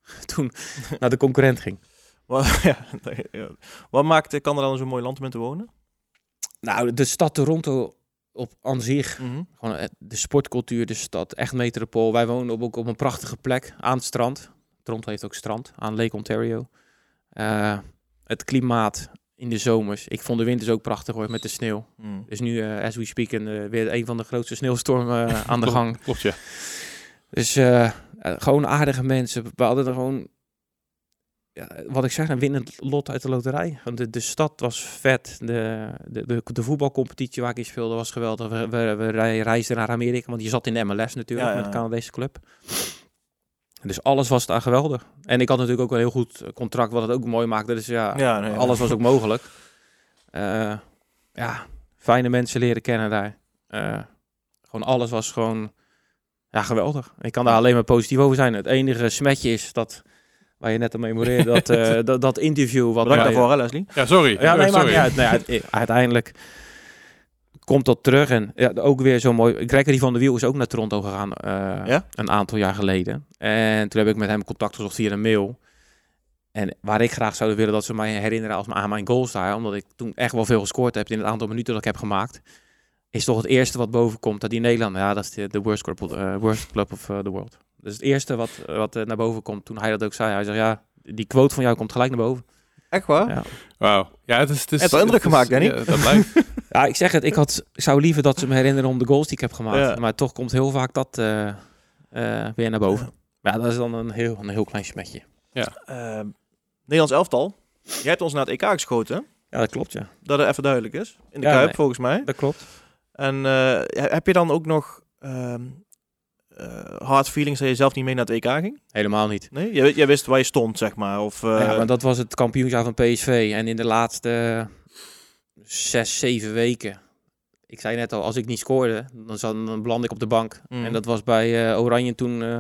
toen naar de concurrent ging. Wat, ja, ja. Wat maakt Canada dan zo'n mooi land om in te wonen? Nou, de stad Toronto op aan zich, Mm-hmm. gewoon de sportcultuur, de stad, echt metropool. Wij wonen op, ook op een prachtige plek aan het strand. Toronto heeft ook strand aan Lake Ontario. Uh, het klimaat in de zomers. Ik vond de winters ook prachtig hoor, met de sneeuw. Mm. Dus nu, uh, as we speak, uh, weer een van de grootste sneeuwstormen uh, aan de gang. Klopt, ja. Dus uh, uh, gewoon aardige mensen. We hadden er gewoon, ja, wat ik zeg, een winnend lot uit de loterij. Want de, de stad was vet. De, de, de, de voetbalcompetitie waar ik in speelde was geweldig. We, we, we reisden naar Amerika, want je zat in de M L S natuurlijk, ja, ja, met de Canadese club. Dus alles was daar geweldig. En ik had natuurlijk ook een heel goed contract, wat het ook mooi maakte. Dus ja, ja nee, alles ja. was ook mogelijk. Uh, ja, fijne mensen leren kennen daar. Uh, gewoon alles was gewoon ja, geweldig. Ik kan daar alleen maar positief over zijn. Het enige smetje is dat, waar je net aan memoreerde, dat, uh, dat, dat interview. Wat Bedankt daarvoor, hè, Leslie? Ja, sorry. Ja, nee, sorry. maar ja, nee, uiteindelijk komt dat terug. En ja, ook weer zo mooi. Gregory van der Wiel is ook naar Toronto gegaan uh, ja? een aantal jaar geleden. En toen heb ik met hem contact gezocht via een mail. En waar ik graag zou willen dat ze mij herinneren als aan mijn goals daar, omdat ik toen echt wel veel gescoord heb in het aantal minuten dat ik heb gemaakt, is toch het eerste wat boven komt. Dat die Nederlander, ja, dat is de, de worst, club, uh, worst club of uh, the world. Dus het eerste wat, wat uh, naar boven komt toen hij dat ook zei. Hij zei, ja, die quote van jou komt gelijk naar boven. Echt waar? Ja. Wauw. Ja, het is... Het is het wel indruk het is, gemaakt, Danny. Ja, dat blijkt. Ja, ik zeg het, ik, had, ik zou liever dat ze me herinneren om de goals die ik heb gemaakt. Ja. Maar toch komt heel vaak dat uh, uh, weer naar boven. Ja. Maar ja, dat is dan een heel, een heel klein smetje. Ja. Uh, Nederlands elftal. Jij hebt ons naar het E K geschoten. Ja, dat klopt, ja. Dat het even duidelijk is. In de ja, Kuip, nee, volgens mij. Dat klopt. En uh, heb je dan ook nog uh, uh, hard feelings dat je zelf niet mee naar het E K ging? Helemaal niet. Nee? Jij, jij wist waar je stond, zeg maar. Of, uh... ja, maar dat was het kampioenschap van P S V. En in de laatste zes, zeven weken... Ik zei net al, als ik niet scoorde, dan, zat, dan belandde ik op de bank. Mm. En dat was bij uh, Oranje toen... Uh,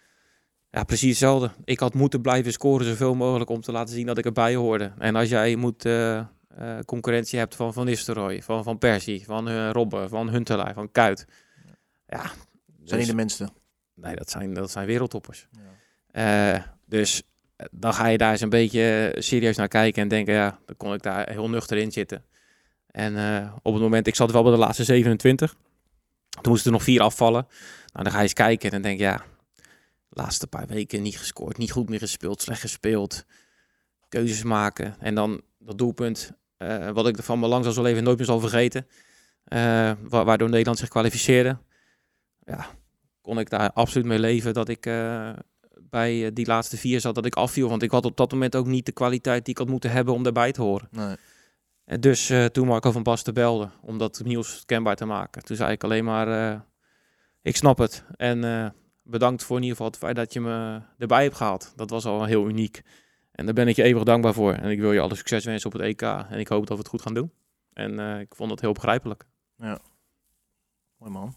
Ja, precies hetzelfde. Ik had moeten blijven scoren zoveel mogelijk om te laten zien dat ik erbij hoorde. En als jij moet uh, uh, concurrentie hebt van Van Nistelrooy, van Van Persie, van uh, Robben, van Huntelaar, van Kuyt. Ja, dus, zijn niet de minste. Nee, dat zijn, dat zijn wereldtoppers. Ja. Uh, dus dan ga je daar eens een beetje serieus naar kijken en denken, ja, dan kon ik daar heel nuchter in zitten. En uh, op het moment, ik zat wel bij de laatste zevenentwintig. Toen moesten er nog vier afvallen. Nou, dan ga je eens kijken en dan denk je, ja, de laatste paar weken niet gescoord, niet goed meer gespeeld, slecht gespeeld. Keuzes maken. En dan dat doelpunt, uh, wat ik van mijn lang zal leven nooit meer zal vergeten. Uh, wa- waardoor Nederland zich kwalificeerde. Ja, kon ik daar absoluut mee leven dat ik uh, bij uh, die laatste vier zat, dat ik afviel. Want ik had op dat moment ook niet de kwaliteit die ik had moeten hebben om daarbij te horen. Nee. En dus uh, toen Marco van Basten belde, om dat nieuws kenbaar te maken. Toen zei ik alleen maar, uh, ik snap het. En... Uh, bedankt voor in ieder geval het feit dat je me erbij hebt gehaald. Dat was al heel uniek. En daar ben ik je eeuwig dankbaar voor. En ik wil je alle succes wensen op het E K. En ik hoop dat we het goed gaan doen. En uh, ik vond het heel begrijpelijk. Ja. Mooi man.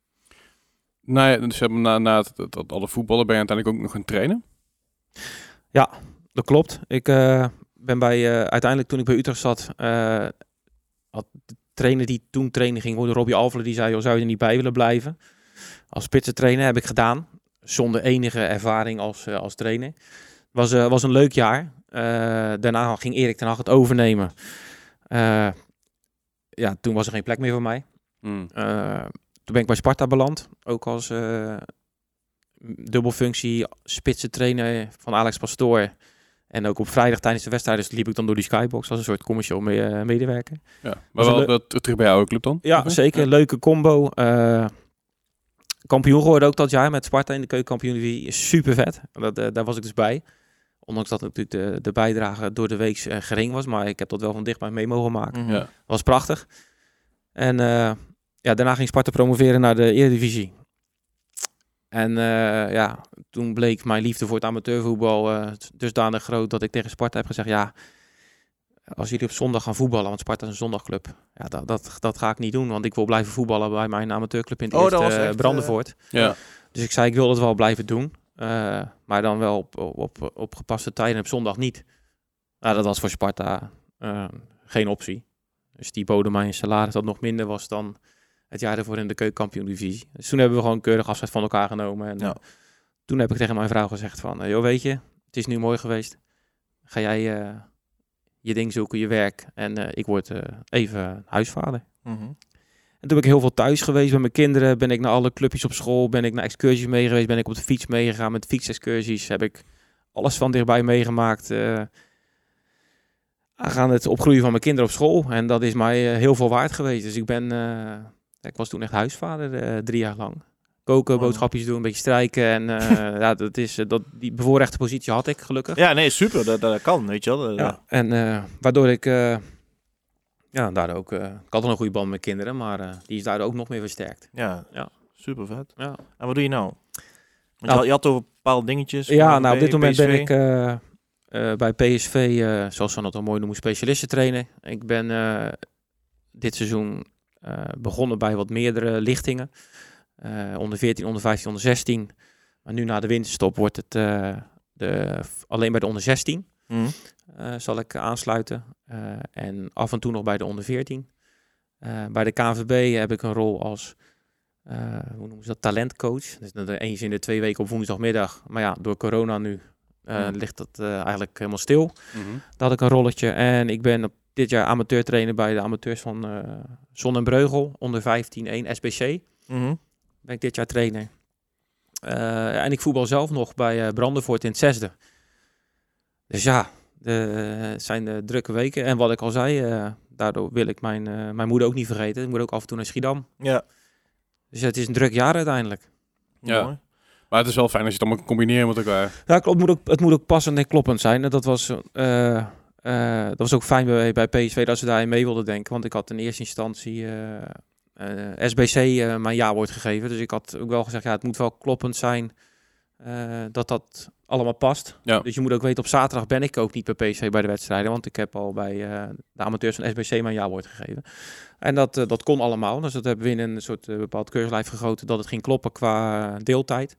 Nou ja, dus na, na het, het, het, alle voetballen ben je uiteindelijk ook nog gaan trainen? Ja, dat klopt. Ik uh, ben bij, uh, uiteindelijk toen ik bij Utrecht zat, uh, had de trainer die toen trainen ging worden, Robbie Alvelen, die zei, joh, zou je er niet bij willen blijven? Als spitsentrainer heb ik gedaan, zonder enige ervaring als, uh, als trainer. Was, uh, was een leuk jaar. Uh, daarna ging Erik ten Hag het overnemen. Uh, ja, toen was er geen plek meer voor mij. Mm. Uh, toen ben ik bij Sparta beland, ook als uh, dubbelfunctie spitsentrainer van Alex Pastoor. En ook op vrijdag tijdens de wedstrijd dus liep ik dan door die skybox als een soort commercieel me- uh, medewerker. Ja, maar wel, le- wel terug bij jouw club dan? Ja, okay. Zeker. Ja. Leuke combo. Uh, kampioen geworden ook dat jaar met Sparta in de keukenkampioen-divisie. Super vet. Dat, uh, daar was ik dus bij. Ondanks dat natuurlijk de, de bijdrage door de week uh, gering was. Maar ik heb dat wel van dichtbij mee mogen maken. Mm-hmm. Ja. Dat was prachtig. En uh, ja, daarna ging Sparta promoveren naar de Eredivisie. En uh, ja, toen bleek mijn liefde voor het amateurvoetbal uh, dusdanig groot dat ik tegen Sparta heb gezegd, ja, als jullie op zondag gaan voetballen, want Sparta is een zondagclub, ja, dat, dat, dat ga ik niet doen, want ik wil blijven voetballen bij mijn amateurclub in het oh, eerste echt, Brandenvoort. Uh, ja. Dus ik zei, ik wil dat wel blijven doen, uh, maar dan wel op, op, op, op gepaste tijden en op zondag niet. Nou, dat was voor Sparta uh, geen optie. Dus die boden mij een salaris dat nog minder was dan het jaar ervoor in de keukenkampioen-divisie. Dus toen hebben we gewoon keurig afscheid van elkaar genomen. En ja. uh, toen heb ik tegen mijn vrouw gezegd van, uh, joh, weet je, het is nu mooi geweest. Ga jij uh, je ding zoeken, je werk. En uh, ik word uh, even huisvader. Mm-hmm. En toen ben ik heel veel thuis geweest met mijn kinderen. Ben ik naar alle clubjes op school. Ben ik naar excursies mee geweest. Ben ik op de fiets meegegaan met fietsexcursies. Heb ik alles van dichtbij meegemaakt. Uh, aan het opgroeien van mijn kinderen op school. En dat is mij uh, heel veel waard geweest. Dus ik ben... Uh, ik was toen echt huisvader uh, drie jaar lang. Koken, oh. boodschapjes doen, een beetje strijken. En uh, ja, dat is, uh, dat, die bevoorrechte positie had ik gelukkig. Ja, nee, super. Dat, dat kan, weet je wel. Dat, ja, en uh, waardoor ik... Uh, ja, daar ook... Uh, ik had al een goede band met kinderen, maar uh, die is daar ook nog meer versterkt. Ja, ja. Super vet. Ja. En wat doe je nou? Want nou, je had over bepaalde dingetjes. Ja, nou op dit moment P S V. ben ik uh, uh, bij P S V, uh, zoals we dat al mooi noemen, specialisten trainen. Ik ben uh, dit seizoen uh, begonnen bij wat meerdere lichtingen. Uh, onder veertien, onder vijftien, onder zestien. Maar nu na de winterstop wordt het uh, de, alleen bij de onder zestien. Mm. Uh, zal ik aansluiten. Uh, en af en toe nog bij de onder veertien. Uh, bij de K N V B heb ik een rol als... Uh, hoe noemen ze dat? Talentcoach. Dus dat eens in de twee weken op woensdagmiddag. Maar ja, door corona nu uh, mm. ligt dat uh, eigenlijk helemaal stil. Mm-hmm. Daar had ik een rolletje. En ik ben op dit jaar amateur trainer bij de amateurs van uh, Zon en Breugel. Onder vijftien één S B C. Mm-hmm. Ben ik dit jaar trainer. Uh, en ik voetbal zelf nog bij uh, Brandenvoort in het zesde. Dus ja, het zijn de drukke weken. En wat ik al zei, uh, daardoor wil ik mijn, uh, mijn moeder ook niet vergeten. Ik moet ook af en toe naar Schiedam. Ja. Dus het is een druk jaar uiteindelijk. Ja. Mooi. Maar het is wel fijn als je het allemaal kan combineren met elkaar. Ja, klopt. Het moet ook, het moet ook passend en kloppend zijn. En dat was, uh, uh, dat was ook fijn bij, bij P S V dat ze daarin mee wilden denken. Want ik had in eerste instantie uh, uh, S B C uh, mijn jaarwoord gegeven. Dus ik had ook wel gezegd, ja, het moet wel kloppend zijn uh, dat dat allemaal past. Ja. Dus je moet ook weten, op zaterdag ben ik ook niet bij P S V bij de wedstrijden. Want ik heb al bij uh, de amateurs van S B C mijn jaarwoord gegeven. En dat, uh, dat kon allemaal. Dus dat hebben we in een soort uh, bepaald keurslijf gegoten dat het ging kloppen qua deeltijd.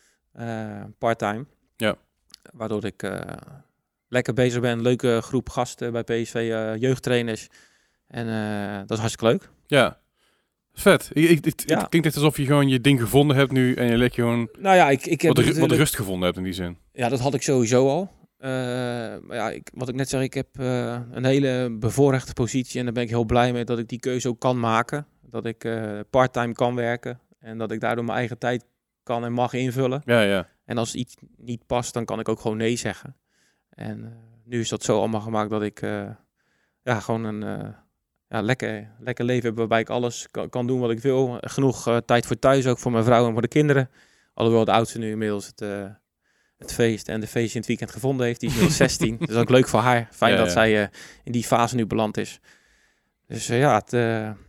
Uh, part-time. Ja. Waardoor ik uh, lekker bezig ben. Leuke groep gasten bij P S V, uh, jeugdtrainers. En uh, dat is hartstikke leuk. Ja. Vet. Ik, ik, ik, ja. Het klinkt echt alsof je gewoon je ding gevonden hebt nu en je ligt gewoon nou ja, ik, ik heb wat, de, wat de rust gevonden hebt in die zin. Ja, dat had ik sowieso al. Uh, maar ja, ik, wat ik net zeg, ik heb uh, een hele bevoorrechte positie en daar ben ik heel blij mee dat ik die keuze ook kan maken. Dat ik uh, parttime kan werken en dat ik daardoor mijn eigen tijd kan en mag invullen. Ja, ja. En als iets niet past, dan kan ik ook gewoon nee zeggen. En uh, nu is dat zo allemaal gemaakt dat ik uh, ja, gewoon een uh, ja, lekker, lekker leven heb waarbij ik alles kan, kan doen wat ik wil. Genoeg uh, tijd voor thuis, ook voor mijn vrouw en voor de kinderen. Alhoewel de oudste nu inmiddels het, uh, het feest en de feestje in het weekend gevonden heeft. Die is nu zestien. Dat is ook leuk voor haar. Fijn ja, dat ja. zij uh, in die fase nu beland is. Dus uh, ja, het uh,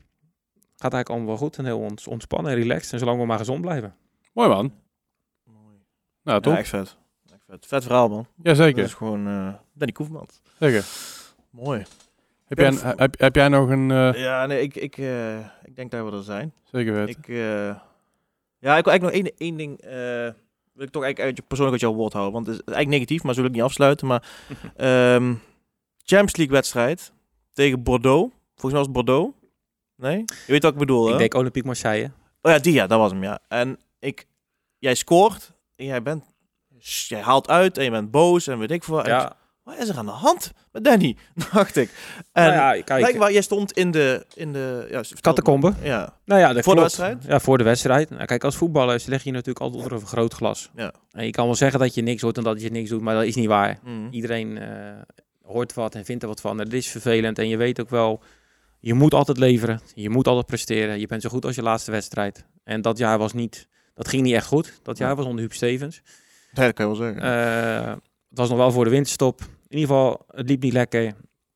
gaat eigenlijk allemaal wel goed. En heel ons, ontspannen en relaxed. En zolang we maar gezond blijven. Mooi man. Mooi. Nou, toch? Ja, echt vet. Echt vet. Vet verhaal, man. Jazeker. Dat is gewoon uh, Danny Koevermans. Zeker. Mooi. Heb jij, een, heb, heb jij nog een... Uh... Ja, nee, ik, ik, uh, ik denk dat we er zijn. Zeker vet. Ik, uh... Ja, ik wil eigenlijk nog één, één ding... Uh... wil ik toch eigenlijk uit je, persoonlijk uit jouw woord houden. Want het is eigenlijk negatief, maar zo wil ik niet afsluiten. Maar um, Champions League wedstrijd tegen Bordeaux. Volgens mij was het Bordeaux. Nee? Je weet wat ik bedoel, Ik hè? denk Olympique Marseille. Oh ja, die ja, dat was hem, ja. En ik... Jij scoort en jij bent... Jij haalt uit en je bent boos en weet ik veel. Ja. Ik, wat is er aan de hand met Danny? dacht ik. En nou ja, kijk, blijkbaar, jij stond in de... In de ja, catacombe. Ja. Nou ja, dat voor klopt. de wedstrijd? Ja, voor de wedstrijd. Nou, kijk, als voetballer leg je natuurlijk altijd onder een groot glas. Ja. En je kan wel zeggen dat je niks hoort en dat je niks doet, maar dat is niet waar. Mm. Iedereen uh, hoort wat en vindt er wat van. Het is vervelend en je weet ook wel, je moet altijd leveren. Je moet altijd presteren. Je bent zo goed als je laatste wedstrijd. En dat jaar was niet... Dat ging niet echt goed. Dat jaar was onder Huub Stevens. Ja, dat kan je wel zeggen. Uh, het was nog wel voor de winterstop. In ieder geval, het liep niet lekker.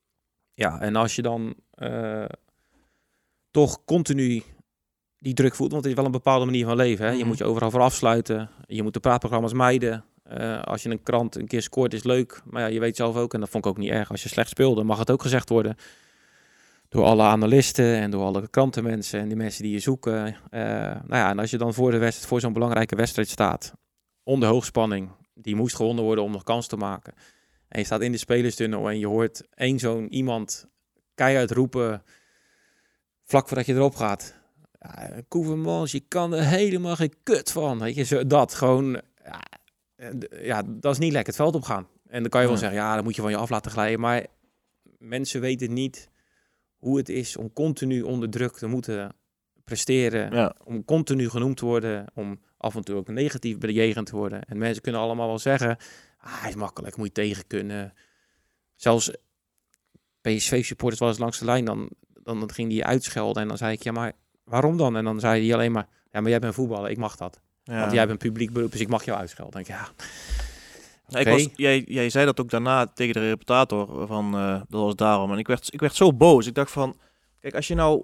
Ja, en als je dan uh, toch continu die druk voelt, want het is wel een bepaalde manier van leven. Hè? Mm-hmm. Je moet je overal voor afsluiten. Je moet de praatprogramma's mijden. Uh, als je een krant een keer scoort, is leuk. Maar ja, je weet zelf ook, en dat vond ik ook niet erg. Als je slecht speelde, mag het ook gezegd worden. Door alle analisten en door alle krantenmensen en die mensen die je zoeken. Uh, nou ja, en als je dan voor, de wedstrijd, voor zo'n belangrijke wedstrijd staat, onder hoogspanning, die moest gewonnen worden om nog kans te maken. En je staat in de spelerstunnel en je hoort één zo'n iemand keihard roepen vlak voordat je erop gaat. Ja, Koevermans, je kan er helemaal geen kut van. Weet je, zo, dat gewoon... Ja, ja, dat is niet lekker het veld op gaan. En dan kan je wel Ja. zeggen, ja, dan moet je van je af laten glijden. Maar mensen weten niet hoe het is om continu onder druk te moeten presteren. Ja. Om continu genoemd te worden. Om af en toe ook negatief bejegend te worden. En mensen kunnen allemaal wel zeggen, ah, hij is makkelijk, moet je tegen kunnen. Zelfs P S V-supporters was langs de lijn, dan, dan, dan ging die uitschelden. En dan zei ik, ja, maar waarom dan? En dan zei hij alleen maar, ja, maar jij bent voetballer, ik mag dat. Ja. Want jij bent publiek beroep, dus ik mag jou uitschelden. Dan denk ik, ja... Ja, ik Oké. was, jij, jij zei dat ook daarna tegen de reportator van uh, dat was daarom. En ik werd, ik werd zo boos. Ik dacht van, kijk, als je nou...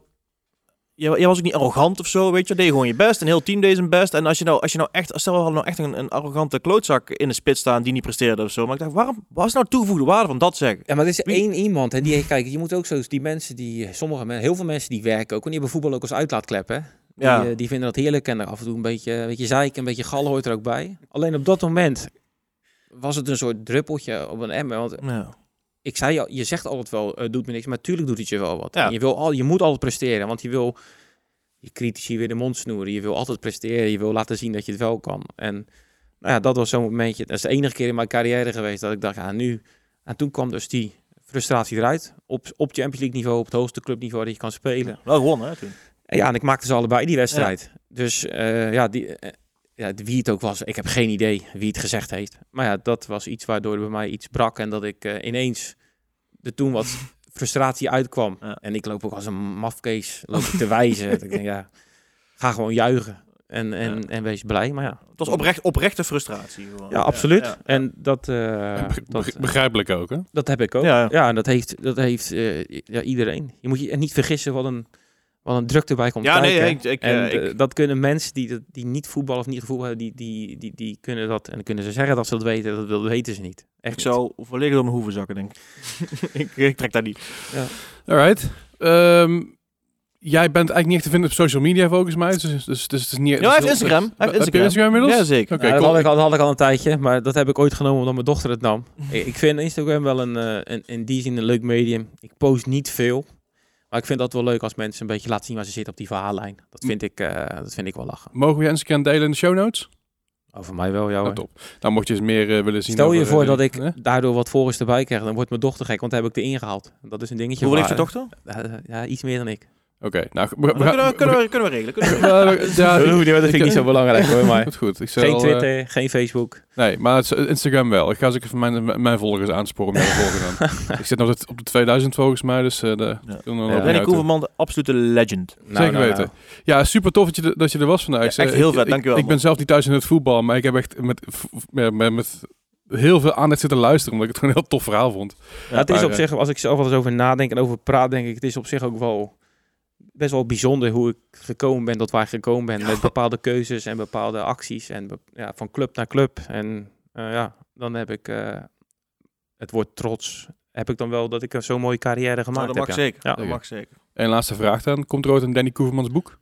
Jij, jij was ook niet arrogant of zo, weet je. Deed je gewoon je best. Een heel team deed zijn best. En als je nou, als je nou echt... Stel, we hadden nou echt een, een arrogante klootzak in de spits staan die niet presteerde of zo. Maar ik dacht, waarom... Wat is nou toegevoegde waarde van dat zeggen? Ja, maar het is Wie- één iemand. En die, kijk, je moet ook zo... Die mensen die... Sommige mensen... Heel veel mensen die werken ook. En die hebben voetbal ook als uitlaatklep, hè. Die, Ja. eh, die vinden dat heerlijk. En er af en toe een beetje, een beetje zeiken, een beetje gal hoort er ook bij. Alleen op dat moment was het een soort druppeltje op een emmer. Want Ja. ik zei, al, je zegt altijd wel, uh, doet me niks, maar tuurlijk doet het je wel wat. Ja. En je, wil al, je moet altijd presteren, want je wil je critici weer de mond snoeren. Je wil altijd presteren, je wil laten zien dat je het wel kan. En nou ja, dat was zo'n momentje. Dat is de enige keer in mijn carrière geweest dat ik dacht, ja, nu... En toen kwam dus die frustratie eruit. Op, op Champions League niveau, op het hoogste clubniveau dat je kan spelen. Wel gewonnen, hè, toen. En ja, en ik maakte ze allebei die wedstrijd. Dus uh, ja, die, uh, ja, wie het ook was, ik heb geen idee wie het gezegd heeft. Maar ja, dat was iets waardoor er bij mij iets brak. En dat ik uh, ineens er toen wat frustratie uitkwam. Ja. En ik loop ook als een mafkees loop ik te wijzen. Ik denk, ja, ga gewoon juichen. En, en, Ja. en wees blij. Maar ja, Het was oprecht, oprechte frustratie. Gewoon. ja absoluut. Ja, ja. En dat, uh, Be- dat, begrijpelijk ook, hè? dat heb ik ook. Ja. Ja, ja en dat heeft, dat heeft uh, ja, iedereen. Je moet je niet vergissen wat een, wat een druk erbij komt Ja, nee, kijken. ik, ik, En uh, ik, uh, dat kunnen mensen die, die niet voetballen of niet gevoel hebben, die, die, die, die kunnen dat. En dan kunnen ze zeggen dat ze dat weten, dat, dat weten ze niet. Echt ik zou volledig door mijn hoeven zakken, denk ik. ik. Ik trek daar niet. Alright. Um, jij bent eigenlijk niet echt te vinden op social media, volgens mij. Dus, dus, dus, dus het is niet... Ja, hij heeft Instagram. Hij heeft Heb je Instagram. Instagram inmiddels? Ja, zeker. Oké, Okay, cool. dat had ik, al, dat had ik al een tijdje, maar dat heb ik ooit genomen omdat mijn dochter het nam. ik, ik vind Instagram wel een, uh, een, in die zin een leuk medium. Ik post niet veel, maar ik vind dat wel leuk als mensen een beetje laten zien waar ze zitten op die verhaallijn. Dat vind ik, uh, dat vind ik wel lachen. Mogen we je Instagram delen in de show notes? Over mij wel, jou. Oh, top. Nou, mocht je eens meer uh, willen zien... Stel je over, voor uh, dat ik hè? daardoor wat volgers erbij krijg, dan wordt mijn dochter gek, want dan heb ik erin gehaald. Dat is een dingetje. Hoeveel heeft waar- je dochter? Uh, ja, iets meer dan ik. Oké, nou... We, Dat kunnen we, kunnen we, kunnen we regelen. Kunnen we regelen. Uh, ja, dat, dat vind ik niet zo belangrijk hoor, maar goed, goed. Ik zal, geen uh, Twitter, geen Facebook. Nee, maar het is Instagram wel. Ik ga eens even mijn, mijn volgers aansporen om jou te volgen dan. Ik zit nog op de, op de tweeduizend volgens mij, dus uh, de, Ja. kunnen we nog Ja. niet Danny uit, uh. Koeverman, de absolute legend. Nou, Zeker nou, weten. nou. Ja, super tof dat je, dat je er was vandaag. Ja, echt Uh, heel ik- vet, ik- dankjewel, Ik ben man. zelf niet thuis in het voetbal, maar ik heb echt met, met, met, met heel veel aandacht zitten luisteren, omdat ik het gewoon een heel tof verhaal vond. Ja, het is maar, op uh, zich, als ik zelf wel eens over nadenk en over praat, denk ik, het is op zich ook wel best wel bijzonder hoe ik gekomen ben tot waar ik gekomen ben. Met bepaalde keuzes en bepaalde acties en be- ja, van club naar club. En uh, ja, dan heb ik uh, het woord trots, heb ik dan wel dat ik een zo'n mooie carrière gemaakt Nou, dat mag heb. ja. zeker. Ja. Dat mag zeker. En laatste vraag dan. Komt er ooit een Danny Koevermans boek?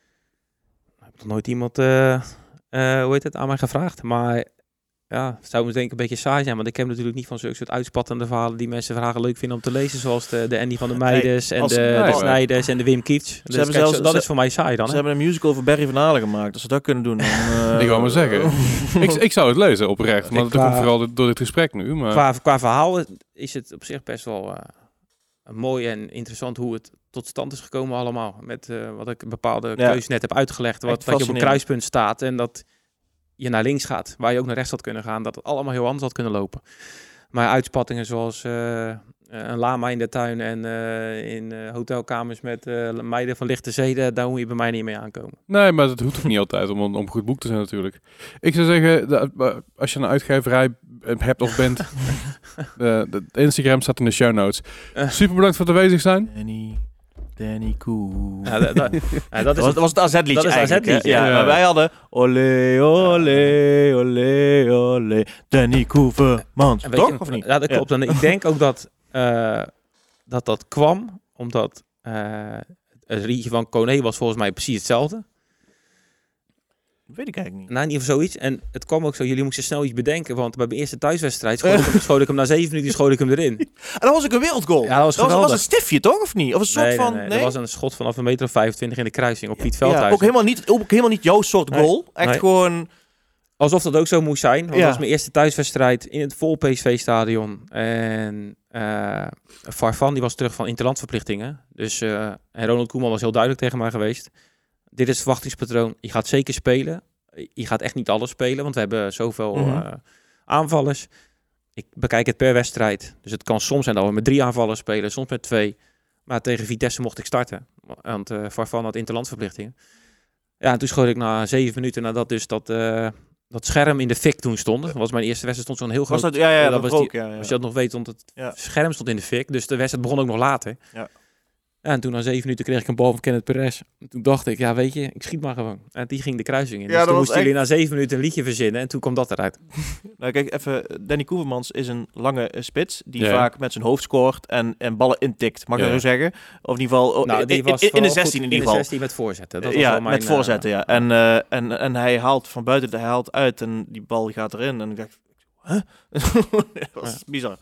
Ik heb nog nooit iemand, uh, uh, hoe heet het, aan mij gevraagd. Maar ja, het zou me denk ik een beetje saai zijn. Want ik heb natuurlijk niet van zulke soort uitspattende verhalen die mensen vragen leuk vinden om te lezen. Zoals de, de Andy van der Meijers en als- de, nee, de maar- Snijders en de Wim Kieft. Dus hebben kijk, zelfs- zo- dat ze- is voor mij saai dan. Ze Hè? hebben een musical voor Barry van Halen gemaakt. Als ze dat kunnen doen, dan... Uh, Ik wou maar zeggen. ik, ik zou het lezen, oprecht. Maar Ik dat komt qua- vooral door- door dit gesprek nu. Maar... Qua, qua verhaal is het op zich best wel uh, mooi en interessant hoe het tot stand is gekomen allemaal. Met uh, wat ik bepaalde Ja. keuzes net heb uitgelegd. Wat, Echt wat je op een fascinerend. kruispunt staat en dat je naar links gaat. Waar je ook naar rechts had kunnen gaan. Dat het allemaal heel anders had kunnen lopen. Maar uitspattingen zoals uh, een lama in de tuin en uh, in uh, hotelkamers met uh, meiden van lichte zeden. Daar moet je bij mij niet mee aankomen. Nee, maar dat hoeft ook niet altijd om, om een goed boek te zijn natuurlijk. Ik zou zeggen, de, als je een uitgeverij hebt of bent, de, de Instagram staat in de show notes. Super bedankt voor het aanwezig zijn. Danny, Danny Koe. Ja, da, da, ja, dat Dat is was, dat was het A Z-liedje dat is het eigenlijk. hè? A Z-liedje, Ja, ja. maar wij hadden... Olé, olé, olé, olé. Danny Koevermans. En weet Toch? je, Of niet? Ja, dat klopt. En ik denk ook dat, uh, dat dat kwam omdat uh, het liedje van Kone was volgens mij precies hetzelfde. Dat weet ik eigenlijk niet. Nou, in ieder geval zoiets. En het kwam ook zo, jullie moesten snel iets bedenken, want bij mijn eerste thuiswedstrijd schoot ik, hem, schoot ik hem na zeven minuten schoot ik hem erin. En dat was ook een wereldgoal. Ja, dat was dat was, geweldig. was een stiftje, toch? Of niet? Of een soort Nee, nee, van... nee, Nee, Er was een schot vanaf een meter of vijfentwintig in de kruising op Piet Veldhuis. ja, ook, helemaal niet, ook helemaal niet jouw soort Nee. goal. Echt Nee. gewoon... Alsof dat ook zo moest zijn. Want Ja. dat was mijn eerste thuiswedstrijd in het vol P S V-stadion. En uh, Farfan, die was terug van interlandverplichtingen. Dus, uh, en Ronald Koeman was heel duidelijk tegen mij geweest. Dit is het verwachtingspatroon. Je gaat zeker spelen. Je gaat echt niet alles spelen, want we hebben zoveel mm-hmm. uh, aanvallers. Ik bekijk het per wedstrijd. Dus het kan soms zijn dat we met drie aanvallers spelen, soms met twee. Maar tegen Vitesse mocht ik starten. Want uh, Farfan had interlandverplichtingen. Ja, en toen schoot ik na zeven minuten nadat dus dat... Uh, dat scherm in de fik toen stond. Dat was mijn eerste wedstrijd, stond zo'n heel groot... Was dat, ja, ja, dat, dat was die, ook, ja, ja. Als je dat nog weet, stond het ja. scherm stond in de fik. Dus de wedstrijd begon ook nog later. Ja. Ja, en toen na zeven minuten kreeg ik een bal van Kenneth Perez. Toen dacht ik, ja weet je, ik schiet maar gewoon. En die ging de kruising in. Ja, dus toen moesten echt... jullie na zeven minuten een liedje verzinnen. En toen kwam dat eruit. Nou kijk, even. Danny Koevermans is een lange uh, spits. Die ja. vaak met zijn hoofd scoort en, en ballen intikt. Mag ik ja. zo zeggen? Of in ieder geval... Nou, die was in, in de zestien in ieder geval. In de zestien met voorzetten. Dat was ja, wel mijn, met voorzetten, uh, ja. En, uh, en, en hij haalt van buiten, hij haalt uit en die bal gaat erin. En ik dacht, huh? Dat was ja. bizar.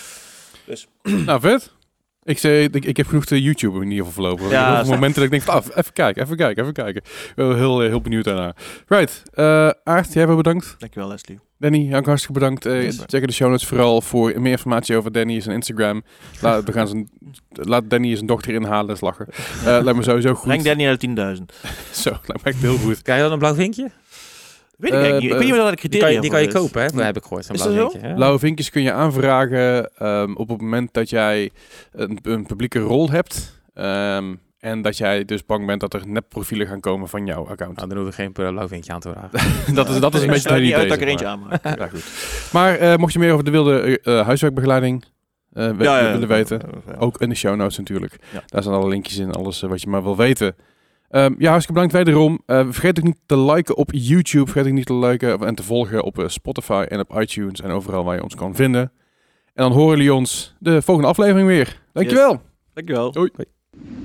Dus. Nou, vet. Ik, zei, ik, ik heb genoeg de YouTube in ieder geval verlopen. Ja, er momenten dat ik denk, van, ah, even kijken, even kijken, even kijken. Ik ben heel, heel benieuwd daarna. Right, uh, Aart, jij wel bedankt. Dankjewel, Leslie. Danny, Jank, hartstikke bedankt. Uh, yes, check de show notes vooral voor meer informatie over Danny, zijn Instagram. Laat, we gaan zijn, laat Danny zijn dochter inhalen, dat is lachen. Uh, lijkt me sowieso goed. Breng Danny uit tienduizend. Zo, lijkt me echt heel goed. Krijg je dan een blauw vinkje? Weet ik, uh, niet. ik weet niet wat dat criteria Die kan je, die kan je kopen, hè? Dat heb ik gehoord. Een blauw vinkje. Ja. Blauwe vinkjes kun je aanvragen um, op het moment dat jij een, een publieke rol hebt. Um, en dat jij dus bang bent dat er nepprofielen gaan komen van jouw account. Nou, dan hoeven we geen blauw vinkje aan te vragen. dat is, dat is een beetje het idee. Uit dat ik er eentje aanmaak. Ja, goed. Maar uh, mocht je meer over de wilde uh, huiswerkbegeleiding uh, we- ja, ja, willen ja, weten, ja, ja. ook in de show notes natuurlijk. Ja. Daar staan alle linkjes in, alles uh, wat je maar wil weten. Um, ja, hartstikke bedankt wederom. Uh, vergeet ook niet te liken op YouTube. Vergeet ook niet te liken en te volgen op uh, Spotify en op iTunes en overal waar je ons kan vinden. En dan horen jullie ons de volgende aflevering weer. Dankjewel. Yes. Dankjewel. Doei. Hoi.